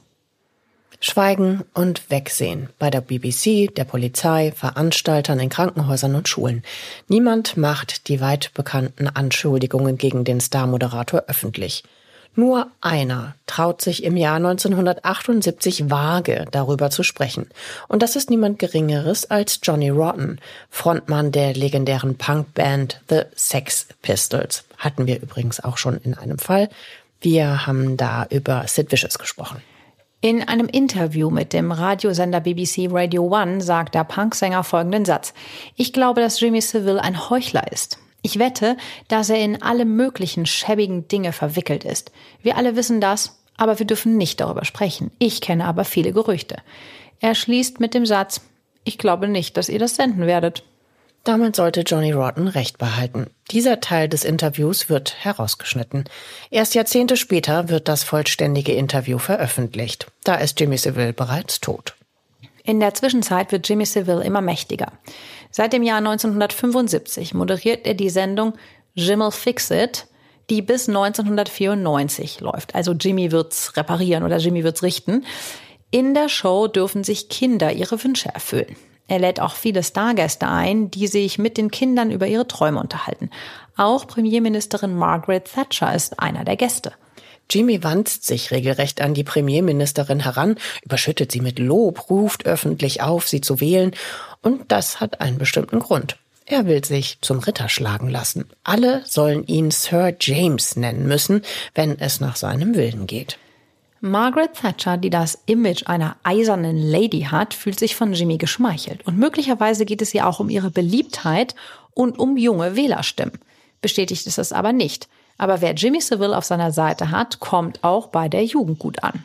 Schweigen und Wegsehen bei der B B C, der Polizei, Veranstaltern in Krankenhäusern und Schulen. Niemand macht die weit bekannten Anschuldigungen gegen den Star-Moderator öffentlich. Nur einer traut sich im Jahr neunzehnhundertachtundsiebzig vage darüber zu sprechen. Und das ist niemand Geringeres als Johnny Rotten, Frontmann der legendären Punkband The Sex Pistols. Hatten wir übrigens auch schon in einem Fall. Wir haben da über Sid Vicious gesprochen. In einem Interview mit dem Radiosender B B C Radio One sagt der Punksänger folgenden Satz: Ich glaube, dass Jimmy Savile ein Heuchler ist. Ich wette, dass er in alle möglichen schäbigen Dinge verwickelt ist. Wir alle wissen das, aber wir dürfen nicht darüber sprechen. Ich kenne aber viele Gerüchte. Er schließt mit dem Satz: Ich glaube nicht, dass ihr das senden werdet. Damit sollte Johnny Rotten recht behalten. Dieser Teil des Interviews wird herausgeschnitten. Erst Jahrzehnte später wird das vollständige Interview veröffentlicht. Da ist Jimmy Savile bereits tot. In der Zwischenzeit wird Jimmy Savile immer mächtiger. Seit dem Jahr neunzehnhundertfünfundsiebzig moderiert er die Sendung Jim'll Fix It, die bis neunzehnhundertvierundneunzig läuft. Also Jimmy wird's reparieren oder Jimmy wird's richten. In der Show dürfen sich Kinder ihre Wünsche erfüllen. Er lädt auch viele Stargäste ein, die sich mit den Kindern über ihre Träume unterhalten. Auch Premierministerin Margaret Thatcher ist einer der Gäste. Jimmy wandt sich regelrecht an die Premierministerin heran, überschüttet sie mit Lob, ruft öffentlich auf, sie zu wählen. Und das hat einen bestimmten Grund. Er will sich zum Ritter schlagen lassen. Alle sollen ihn Sir James nennen müssen, wenn es nach seinem Willen geht. Margaret Thatcher, die das Image einer eisernen Lady hat, fühlt sich von Jimmy geschmeichelt. Und möglicherweise geht es ihr auch um ihre Beliebtheit und um junge Wählerstimmen. Bestätigt ist es aber nicht. Aber wer Jimmy Savile auf seiner Seite hat, kommt auch bei der Jugend gut an.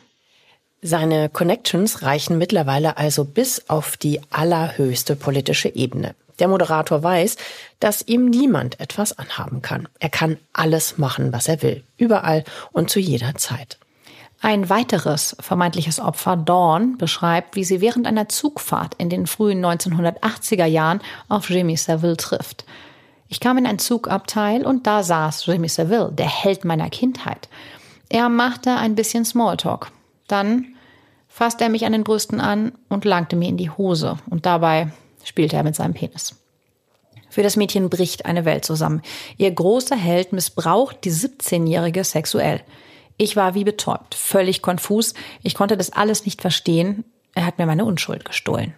Seine Connections reichen mittlerweile also bis auf die allerhöchste politische Ebene. Der Moderator weiß, dass ihm niemand etwas anhaben kann. Er kann alles machen, was er will. Überall und zu jeder Zeit. Ein weiteres vermeintliches Opfer, Dawn, beschreibt, wie sie während einer Zugfahrt in den frühen neunzehnhundertachtziger Jahren auf Jimmy Savile trifft. Ich kam in ein Zugabteil und da saß Jimmy Savile, der Held meiner Kindheit. Er machte ein bisschen Smalltalk. Dann fasste er mich an den Brüsten an und langte mir in die Hose. Und dabei spielte er mit seinem Penis. Für das Mädchen bricht eine Welt zusammen. Ihr großer Held missbraucht die siebzehnjährige sexuell. Ich war wie betäubt, völlig konfus. Ich konnte das alles nicht verstehen. Er hat mir meine Unschuld gestohlen.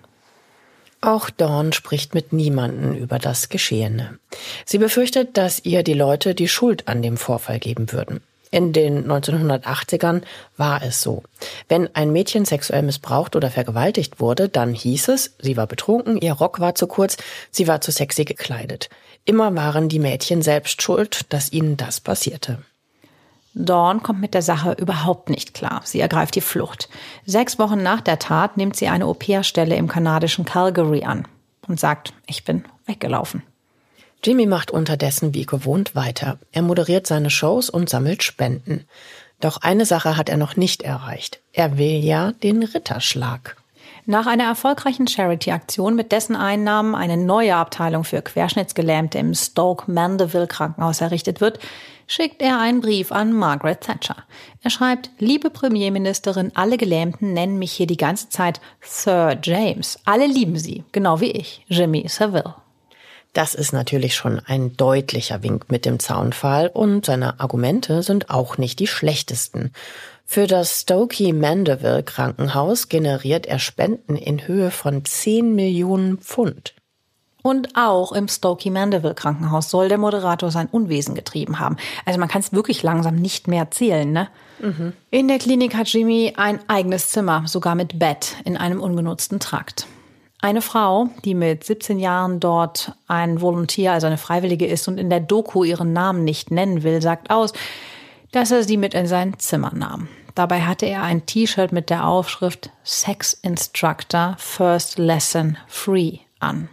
Auch Dawn spricht mit niemandem über das Geschehene. Sie befürchtet, dass ihr die Leute die Schuld an dem Vorfall geben würden. In den neunzehnhundertachtzigern war es so. Wenn ein Mädchen sexuell missbraucht oder vergewaltigt wurde, dann hieß es, sie war betrunken, ihr Rock war zu kurz, sie war zu sexy gekleidet. Immer waren die Mädchen selbst schuld, dass ihnen das passierte. Dawn kommt mit der Sache überhaupt nicht klar. Sie ergreift die Flucht. Sechs Wochen nach der Tat nimmt sie eine Au-pair-Stelle im kanadischen Calgary an und sagt, ich bin weggelaufen. Jimmy macht unterdessen wie gewohnt weiter. Er moderiert seine Shows und sammelt Spenden. Doch eine Sache hat er noch nicht erreicht. Er will ja den Ritterschlag. Nach einer erfolgreichen Charity-Aktion, mit dessen Einnahmen eine neue Abteilung für Querschnittsgelähmte im Stoke-Mandeville-Krankenhaus errichtet wird, schickt er einen Brief an Margaret Thatcher. Er schreibt, liebe Premierministerin, alle Gelähmten nennen mich hier die ganze Zeit Sir James. Alle lieben Sie, genau wie ich, Jimmy Savile. Das ist natürlich schon ein deutlicher Wink mit dem Zaunpfahl und seine Argumente sind auch nicht die schlechtesten. Für das Stokey-Mandeville-Krankenhaus generiert er Spenden in Höhe von zehn Millionen Pfund. Und auch im Stokey-Mandeville-Krankenhaus soll der Moderator sein Unwesen getrieben haben. Also man kann es wirklich langsam nicht mehr zählen, ne? Mhm. In der Klinik hat Jimmy ein eigenes Zimmer, sogar mit Bett, in einem ungenutzten Trakt. Eine Frau, die mit siebzehn Jahren dort ein Volunteer, also eine Freiwillige ist und in der Doku ihren Namen nicht nennen will, sagt aus, dass er sie mit in sein Zimmer nahm. Dabei hatte er ein T-Shirt mit der Aufschrift Sex Instructor First Lesson Free an.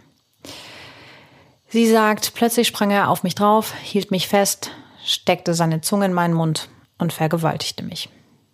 Sie sagt, plötzlich sprang er auf mich drauf, hielt mich fest, steckte seine Zunge in meinen Mund und vergewaltigte mich.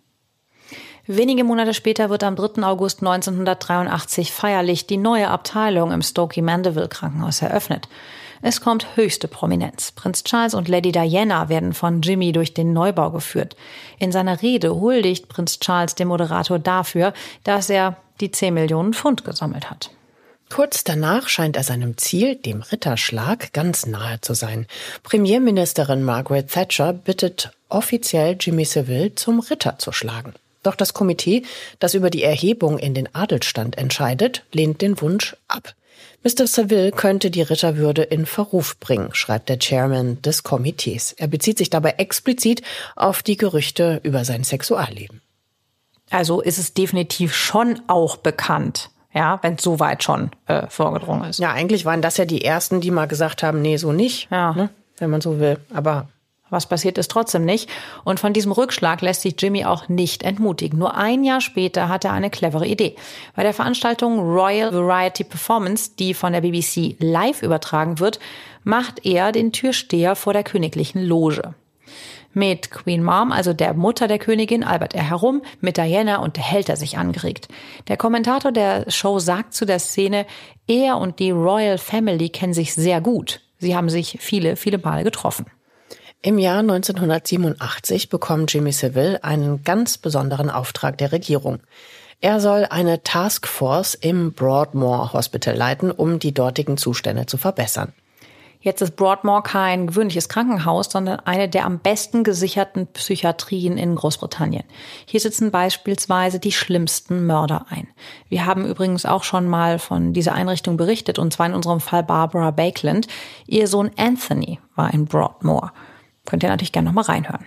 Wenige Monate später wird am dritten August neunzehnhundertdreiundachtzig feierlich die neue Abteilung im Stokey-Mandeville-Krankenhaus eröffnet. Es kommt höchste Prominenz. Prinz Charles und Lady Diana werden von Jimmy durch den Neubau geführt. In seiner Rede huldigt Prinz Charles dem Moderator dafür, dass er die zehn Millionen Pfund gesammelt hat. Kurz danach scheint er seinem Ziel, dem Ritterschlag, ganz nahe zu sein. Premierministerin Margaret Thatcher bittet offiziell Jimmy Savile zum Ritter zu schlagen. Doch das Komitee, das über die Erhebung in den Adelsstand entscheidet, lehnt den Wunsch ab. Mister Savile könnte die Ritterwürde in Verruf bringen, schreibt der Chairman des Komitees. Er bezieht sich dabei explizit auf die Gerüchte über sein Sexualleben. Also ist es definitiv schon auch bekannt, ja, wenn es so weit schon äh, vorgedrungen ist. Ja, eigentlich waren das ja die Ersten, die mal gesagt haben, nee, so nicht, ja. ne, wenn man so will, aber... Was passiert ist trotzdem nicht. Und von diesem Rückschlag lässt sich Jimmy auch nicht entmutigen. Nur ein Jahr später hat er eine clevere Idee. Bei der Veranstaltung Royal Variety Performance, die von der B B C live übertragen wird, macht er den Türsteher vor der königlichen Loge. Mit Queen Mom, also der Mutter der Königin, albert er herum, mit Diana unterhält er sich angeregt. Der Kommentator der Show sagt zu der Szene, er und die Royal Family kennen sich sehr gut. Sie haben sich viele, viele Mal getroffen. Im Jahr neunzehnhundertsiebenundachtzig bekommt Jimmy Savile einen ganz besonderen Auftrag der Regierung. Er soll eine Taskforce im Broadmoor Hospital leiten, um die dortigen Zustände zu verbessern. Jetzt ist Broadmoor kein gewöhnliches Krankenhaus, sondern eine der am besten gesicherten Psychiatrien in Großbritannien. Hier sitzen beispielsweise die schlimmsten Mörder ein. Wir haben übrigens auch schon mal von dieser Einrichtung berichtet, und zwar in unserem Fall Barbara Bakeland. Ihr Sohn Anthony war in Broadmoor. Könnt ihr natürlich gerne noch mal reinhören.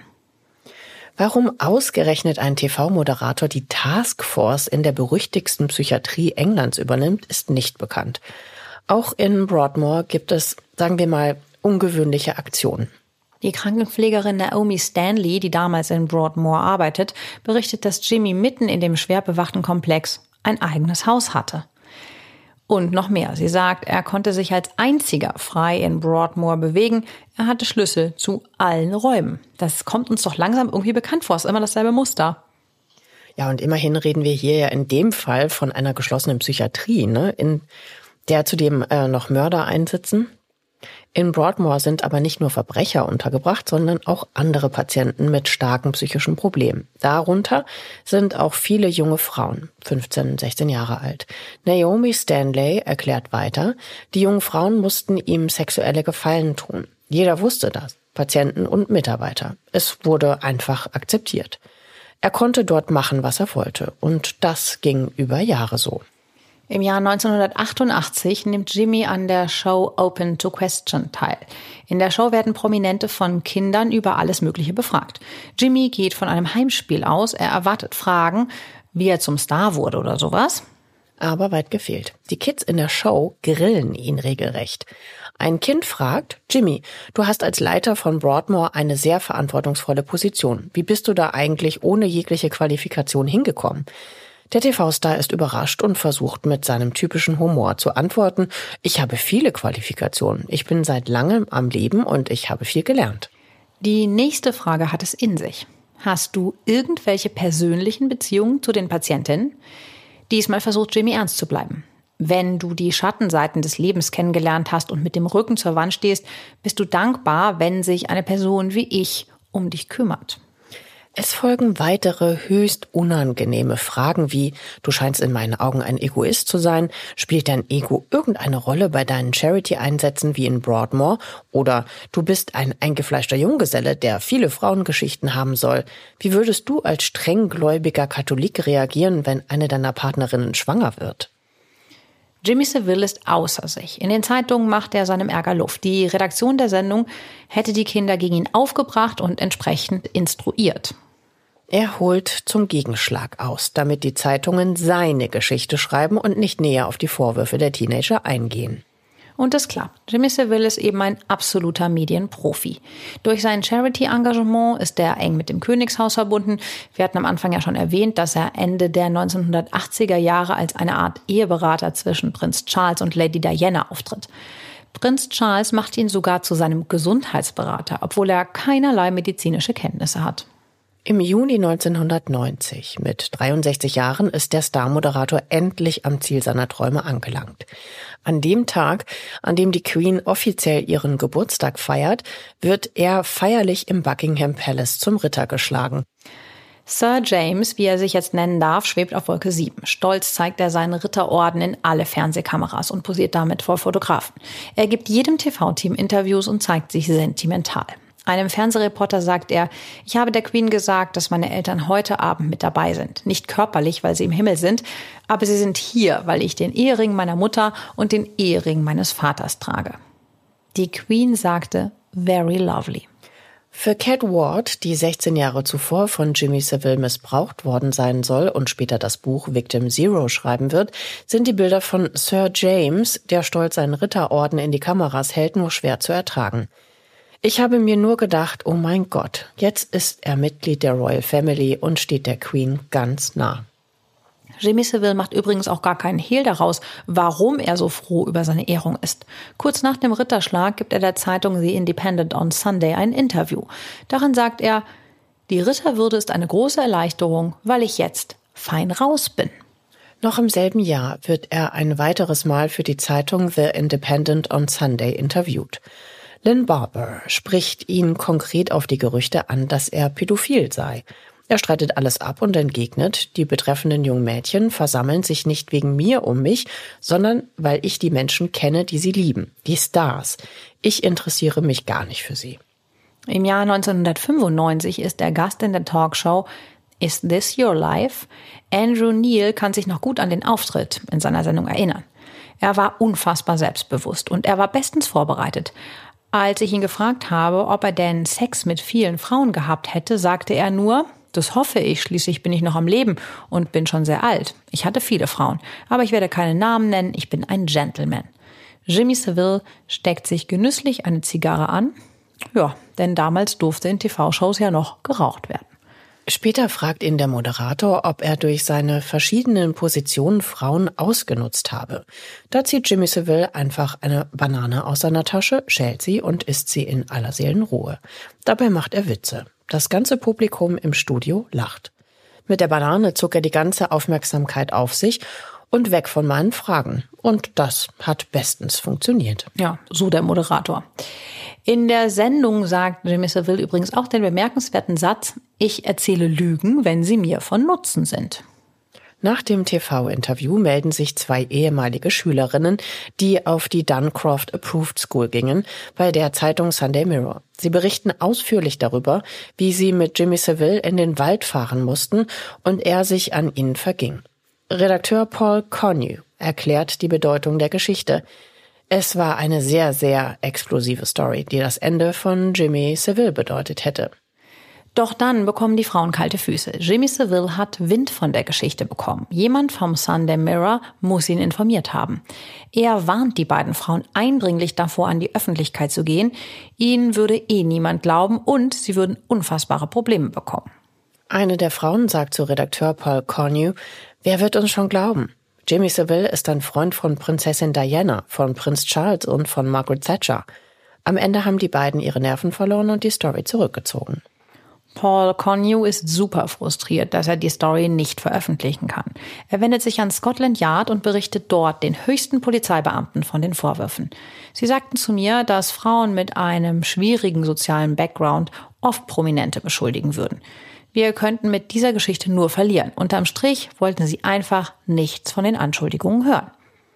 Warum ausgerechnet ein T V-Moderator die Taskforce in der berüchtigsten Psychiatrie Englands übernimmt, ist nicht bekannt. Auch in Broadmoor gibt es, sagen wir mal, ungewöhnliche Aktionen. Die Krankenpflegerin Naomi Stanley, die damals in Broadmoor arbeitet, berichtet, dass Jimmy mitten in dem schwer bewachten Komplex ein eigenes Haus hatte. Und noch mehr. Sie sagt, er konnte sich als einziger frei in Broadmoor bewegen. Er hatte Schlüssel zu allen Räumen. Das kommt uns doch langsam irgendwie bekannt vor. Es ist immer dasselbe Muster. Ja, und immerhin reden wir hier ja in dem Fall von einer geschlossenen Psychiatrie, ne, in der zudem äh, noch Mörder einsitzen. In Broadmoor sind aber nicht nur Verbrecher untergebracht, sondern auch andere Patienten mit starken psychischen Problemen. Darunter sind auch viele junge Frauen, fünfzehn, sechzehn Jahre alt. Naomi Stanley erklärt weiter, die jungen Frauen mussten ihm sexuelle Gefallen tun. Jeder wusste das, Patienten und Mitarbeiter. Es wurde einfach akzeptiert. Er konnte dort machen, was er wollte. Und das ging über Jahre so. Im Jahr neunzehnhundertachtundachtzig nimmt Jimmy an der Show Open to Question teil. In der Show werden Prominente von Kindern über alles Mögliche befragt. Jimmy geht von einem Heimspiel aus, er erwartet Fragen, wie er zum Star wurde oder sowas. Aber weit gefehlt. Die Kids in der Show grillen ihn regelrecht. Ein Kind fragt, Jimmy, du hast als Leiter von Broadmoor eine sehr verantwortungsvolle Position. Wie bist du da eigentlich ohne jegliche Qualifikation hingekommen? Der T V-Star ist überrascht und versucht mit seinem typischen Humor zu antworten, ich habe viele Qualifikationen, ich bin seit langem am Leben und ich habe viel gelernt. Die nächste Frage hat es in sich. Hast du irgendwelche persönlichen Beziehungen zu den Patientinnen? Diesmal versucht Jimmy ernst zu bleiben. Wenn du die Schattenseiten des Lebens kennengelernt hast und mit dem Rücken zur Wand stehst, bist du dankbar, wenn sich eine Person wie ich um dich kümmert. Es folgen weitere höchst unangenehme Fragen wie, du scheinst in meinen Augen ein Egoist zu sein, spielt dein Ego irgendeine Rolle bei deinen Charity-Einsätzen wie in Broadmoor oder du bist ein eingefleischter Junggeselle, der viele Frauengeschichten haben soll. Wie würdest du als strenggläubiger Katholik reagieren, wenn eine deiner Partnerinnen schwanger wird? Jimmy Savile ist außer sich. In den Zeitungen macht er seinem Ärger Luft. Die Redaktion der Sendung hätte die Kinder gegen ihn aufgebracht und entsprechend instruiert. Er holt zum Gegenschlag aus, damit die Zeitungen seine Geschichte schreiben und nicht näher auf die Vorwürfe der Teenager eingehen. Und es klappt. Jimmy Savile ist eben ein absoluter Medienprofi. Durch sein Charity-Engagement ist er eng mit dem Königshaus verbunden. Wir hatten am Anfang ja schon erwähnt, dass er Ende der neunzehnhundertachtziger Jahre als eine Art Eheberater zwischen Prinz Charles und Lady Diana auftritt. Prinz Charles macht ihn sogar zu seinem Gesundheitsberater, obwohl er keinerlei medizinische Kenntnisse hat. Im Juni neunzehnhundertneunzig, mit dreiundsechzig Jahren, ist der Star-Moderator endlich am Ziel seiner Träume angelangt. An dem Tag, an dem die Queen offiziell ihren Geburtstag feiert, wird er feierlich im Buckingham Palace zum Ritter geschlagen. Sir James, wie er sich jetzt nennen darf, schwebt auf Wolke sieben. Stolz zeigt er seinen Ritterorden in alle Fernsehkameras und posiert damit vor Fotografen. Er gibt jedem T V-Team Interviews und zeigt sich sentimental. Einem Fernsehreporter sagt er, ich habe der Queen gesagt, dass meine Eltern heute Abend mit dabei sind. Nicht körperlich, weil sie im Himmel sind, aber sie sind hier, weil ich den Ehering meiner Mutter und den Ehering meines Vaters trage. Die Queen sagte, very lovely. Für Cat Ward, die sechzehn Jahre zuvor von Jimmy Savile missbraucht worden sein soll und später das Buch Victim Zero schreiben wird, sind die Bilder von Sir James, der stolz seinen Ritterorden in die Kameras hält, nur schwer zu ertragen. Ich habe mir nur gedacht, oh mein Gott, jetzt ist er Mitglied der Royal Family und steht der Queen ganz nah. Jimmy Savile macht übrigens auch gar keinen Hehl daraus, warum er so froh über seine Ehrung ist. Kurz nach dem Ritterschlag gibt er der Zeitung The Independent on Sunday ein Interview. Darin sagt er, die Ritterwürde ist eine große Erleichterung, weil ich jetzt fein raus bin. Noch im selben Jahr wird er ein weiteres Mal für die Zeitung The Independent on Sunday interviewt. Lynn Barber spricht ihn konkret auf die Gerüchte an, dass er pädophil sei. Er streitet alles ab und entgegnet, die betreffenden jungen Mädchen versammeln sich nicht wegen mir um mich, sondern weil ich die Menschen kenne, die sie lieben, die Stars. Ich interessiere mich gar nicht für sie. Im Jahr neunzehnhundertfünfundneunzig ist er Gast in der Talkshow Is This Your Life? Andrew Neil kann sich noch gut an den Auftritt in seiner Sendung erinnern. Er war unfassbar selbstbewusst und er war bestens vorbereitet. Als ich ihn gefragt habe, ob er denn Sex mit vielen Frauen gehabt hätte, sagte er nur, das hoffe ich, schließlich bin ich noch am Leben und bin schon sehr alt. Ich hatte viele Frauen, aber ich werde keine Namen nennen, ich bin ein Gentleman. Jimmy Savile steckt sich genüsslich eine Zigarre an. Ja, denn damals durfte in T V-Shows ja noch geraucht werden. Später fragt ihn der Moderator, ob er durch seine verschiedenen Positionen Frauen ausgenutzt habe. Da zieht Jimmy Savile einfach eine Banane aus seiner Tasche, schält sie und isst sie in aller Seelenruhe. Dabei macht er Witze. Das ganze Publikum im Studio lacht. Mit der Banane zog er die ganze Aufmerksamkeit auf sich und weg von meinen Fragen. Und das hat bestens funktioniert. Ja, so der Moderator. In der Sendung sagt Jimmy Savile übrigens auch den bemerkenswerten Satz, ich erzähle Lügen, wenn sie mir von Nutzen sind. Nach dem T V-Interview melden sich zwei ehemalige Schülerinnen, die auf die Duncroft Approved School gingen, bei der Zeitung Sunday Mirror. Sie berichten ausführlich darüber, wie sie mit Jimmy Savile in den Wald fahren mussten und er sich an ihnen verging. Redakteur Paul Connew erklärt die Bedeutung der Geschichte. Es war eine sehr, sehr explosive Story, die das Ende von Jimmy Savile bedeutet hätte. Doch dann bekommen die Frauen kalte Füße. Jimmy Savile hat Wind von der Geschichte bekommen. Jemand vom Sunday Mirror muss ihn informiert haben. Er warnt die beiden Frauen eindringlich davor, an die Öffentlichkeit zu gehen. Ihnen würde eh niemand glauben und sie würden unfassbare Probleme bekommen. Eine der Frauen sagt zu Redakteur Paul Connew, wer wird uns schon glauben? Jimmy Savile ist ein Freund von Prinzessin Diana, von Prinz Charles und von Margaret Thatcher. Am Ende haben die beiden ihre Nerven verloren und die Story zurückgezogen. Paul Connew ist super frustriert, dass er die Story nicht veröffentlichen kann. Er wendet sich an Scotland Yard und berichtet dort den höchsten Polizeibeamten von den Vorwürfen. Sie sagten zu mir, dass Frauen mit einem schwierigen sozialen Background oft Prominente beschuldigen würden. Wir könnten mit dieser Geschichte nur verlieren. Unterm Strich wollten sie einfach nichts von den Anschuldigungen hören.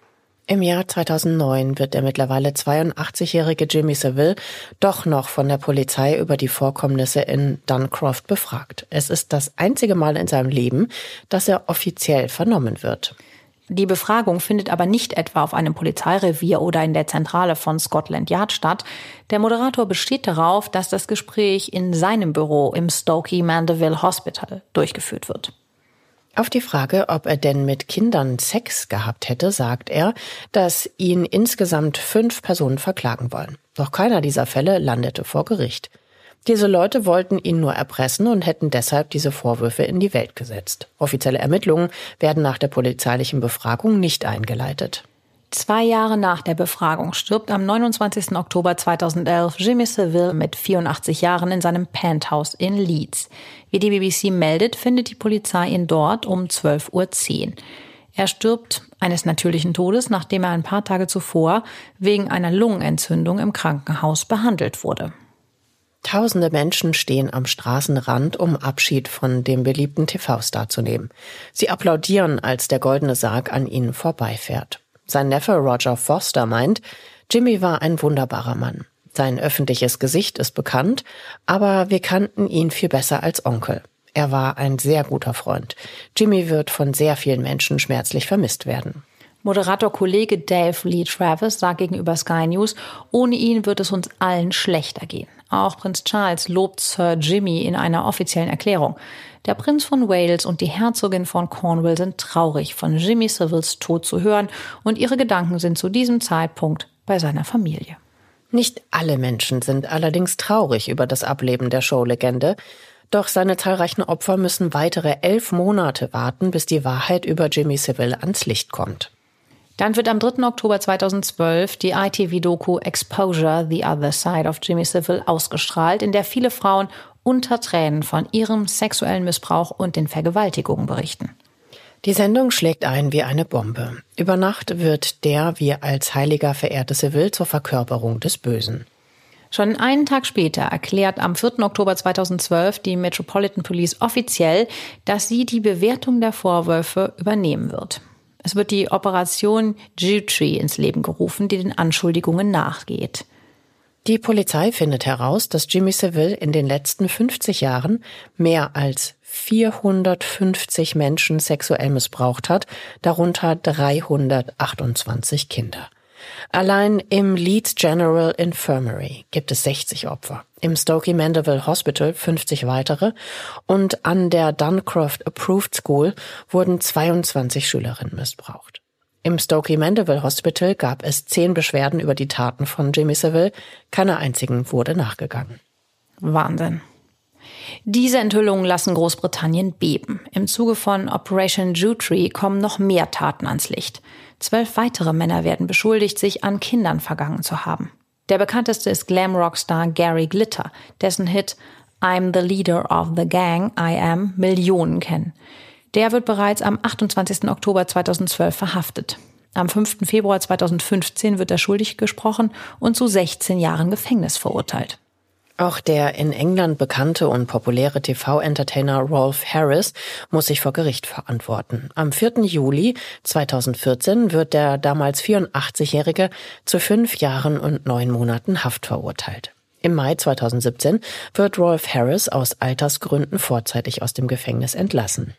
Im Jahr zweitausendneun wird der mittlerweile zweiundachtzigjährige Jimmy Savile doch noch von der Polizei über die Vorkommnisse in Duncroft befragt. Es ist das einzige Mal in seinem Leben, dass er offiziell vernommen wird. Die Befragung findet aber nicht etwa auf einem Polizeirevier oder in der Zentrale von Scotland Yard statt. Der Moderator besteht darauf, dass das Gespräch in seinem Büro im Stokey Mandeville Hospital durchgeführt wird. Auf die Frage, ob er denn mit Kindern Sex gehabt hätte, sagt er, dass ihn insgesamt fünf Personen verklagen wollen. Doch keiner dieser Fälle landete vor Gericht. Diese Leute wollten ihn nur erpressen und hätten deshalb diese Vorwürfe in die Welt gesetzt. Offizielle Ermittlungen werden nach der polizeilichen Befragung nicht eingeleitet. Zwei Jahre nach der Befragung stirbt am neunundzwanzigsten Oktober zweitausendelf Jimmy Savile mit vierundachtzig Jahren in seinem Penthouse in Leeds. Wie die B B C meldet, findet die Polizei ihn dort um zwölf Uhr zehn. Er stirbt eines natürlichen Todes, nachdem er ein paar Tage zuvor wegen einer Lungenentzündung im Krankenhaus behandelt wurde. Tausende Menschen stehen am Straßenrand, um Abschied von dem beliebten T V-Star zu nehmen. Sie applaudieren, als der goldene Sarg an ihnen vorbeifährt. Sein Neffe Roger Foster meint, Jimmy war ein wunderbarer Mann. Sein öffentliches Gesicht ist bekannt, aber wir kannten ihn viel besser als Onkel. Er war ein sehr guter Freund. Jimmy wird von sehr vielen Menschen schmerzlich vermisst werden. Moderator-Kollege Dave Lee Travis sagt gegenüber Sky News, ohne ihn wird es uns allen schlechter gehen. Auch Prinz Charles lobt Sir Jimmy in einer offiziellen Erklärung. Der Prinz von Wales und die Herzogin von Cornwall sind traurig, von Jimmy Saviles Tod zu hören, und ihre Gedanken sind zu diesem Zeitpunkt bei seiner Familie. Nicht alle Menschen sind allerdings traurig über das Ableben der Showlegende. Doch seine zahlreichen Opfer müssen weitere elf Monate warten, bis die Wahrheit über Jimmy Savile ans Licht kommt. Dann wird am dritten Oktober zweitausendzwölf die I T V-Doku Exposure, The Other Side of Jimmy Savile ausgestrahlt, in der viele Frauen unter Tränen von ihrem sexuellen Missbrauch und den Vergewaltigungen berichten. Die Sendung schlägt ein wie eine Bombe. Über Nacht wird der wie als Heiliger verehrte Savile zur Verkörperung des Bösen. Schon einen Tag später erklärt am vierten Oktober zweitausendzwölf die Metropolitan Police offiziell, dass sie die Bewertung der Vorwürfe übernehmen wird. Es wird die Operation Jewtree ins Leben gerufen, die den Anschuldigungen nachgeht. Die Polizei findet heraus, dass Jimmy Savile in den letzten fünfzig Jahren mehr als vierhundertfünfzig Menschen sexuell missbraucht hat, darunter dreihundertachtundzwanzig Kinder. Allein im Leeds General Infirmary gibt es sechzig Opfer, im Stokey Mandeville Hospital fünfzig weitere und an der Duncroft Approved School wurden zweiundzwanzig Schülerinnen missbraucht. Im Stokey Mandeville Hospital gab es zehn Beschwerden über die Taten von Jimmy Savile, keiner einzigen wurde nachgegangen. Wahnsinn. Diese Enthüllungen lassen Großbritannien beben. Im Zuge von Operation Jewtree kommen noch mehr Taten ans Licht. Zwölf weitere Männer werden beschuldigt, sich an Kindern vergangen zu haben. Der bekannteste ist Glam-Rockstar Gary Glitter, dessen Hit I'm the Leader of the Gang, I Am Millionen kennen. Der wird bereits am achtundzwanzigsten Oktober zweitausendzwölf verhaftet. Am fünften Februar zweitausendfünfzehn wird er schuldig gesprochen und zu sechzehn Jahren Gefängnis verurteilt. Auch der in England bekannte und populäre T V-Entertainer Rolf Harris muss sich vor Gericht verantworten. Am vierten Juli zweitausendvierzehn wird der damals vierundachtzigjährige zu fünf Jahren und neun Monaten Haft verurteilt. Im Mai zweitausendsiebzehn wird Rolf Harris aus Altersgründen vorzeitig aus dem Gefängnis entlassen.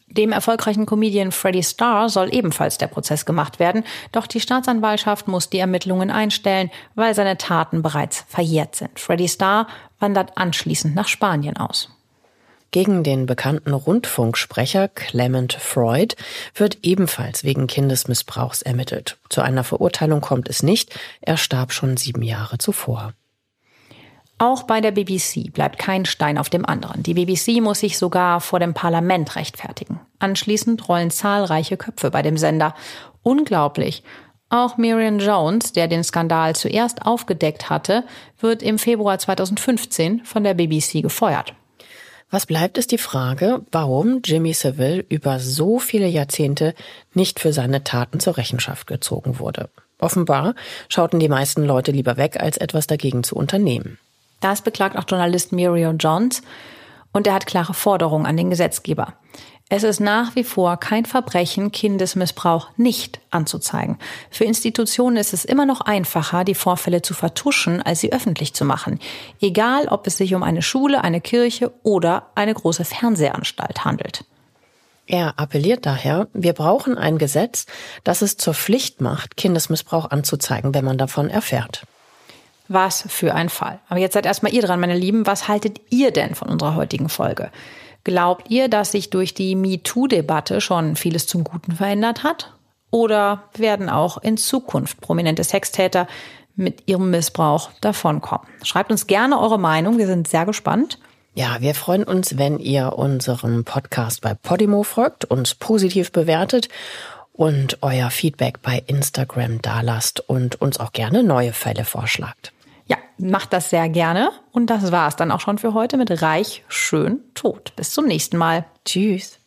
Dem erfolgreichen Comedian Freddie Starr soll ebenfalls der Prozess gemacht werden, doch die Staatsanwaltschaft muss die Ermittlungen einstellen, weil seine Taten bereits verjährt sind. Freddie Starr wandert anschließend nach Spanien aus. Gegen den bekannten Rundfunksprecher Clement Freud wird ebenfalls wegen Kindesmissbrauchs ermittelt. Zu einer Verurteilung kommt es nicht, er starb schon sieben Jahre zuvor. Auch bei der B B C bleibt kein Stein auf dem anderen. Die B B C muss sich sogar vor dem Parlament rechtfertigen. Anschließend rollen zahlreiche Köpfe bei dem Sender. Unglaublich. Auch Miriam Jones, der den Skandal zuerst aufgedeckt hatte, wird im Februar zweitausendfünfzehn von der B B C gefeuert. Was bleibt, ist die Frage, warum Jimmy Savile über so viele Jahrzehnte nicht für seine Taten zur Rechenschaft gezogen wurde. Offenbar schauten die meisten Leute lieber weg, als etwas dagegen zu unternehmen. Das beklagt auch Journalist Miriam Jones und er hat klare Forderungen an den Gesetzgeber. Es ist nach wie vor kein Verbrechen, Kindesmissbrauch nicht anzuzeigen. Für Institutionen ist es immer noch einfacher, die Vorfälle zu vertuschen, als sie öffentlich zu machen. Egal, ob es sich um eine Schule, eine Kirche oder eine große Fernsehanstalt handelt. Er appelliert daher, wir brauchen ein Gesetz, das es zur Pflicht macht, Kindesmissbrauch anzuzeigen, wenn man davon erfährt. Was für ein Fall. Aber jetzt seid erstmal ihr dran, meine Lieben. Was haltet ihr denn von unserer heutigen Folge? Glaubt ihr, dass sich durch die MeToo-Debatte schon vieles zum Guten verändert hat? Oder werden auch in Zukunft prominente Sextäter mit ihrem Missbrauch davonkommen? Schreibt uns gerne eure Meinung, wir sind sehr gespannt. Ja, wir freuen uns, wenn ihr unserem Podcast bei Podimo folgt, uns positiv bewertet und euer Feedback bei Instagram dalasst und uns auch gerne neue Fälle vorschlagt. Ja, macht das sehr gerne. Und das war's dann auch schon für heute mit Reich, Schön, Tot. Bis zum nächsten Mal. Tschüss.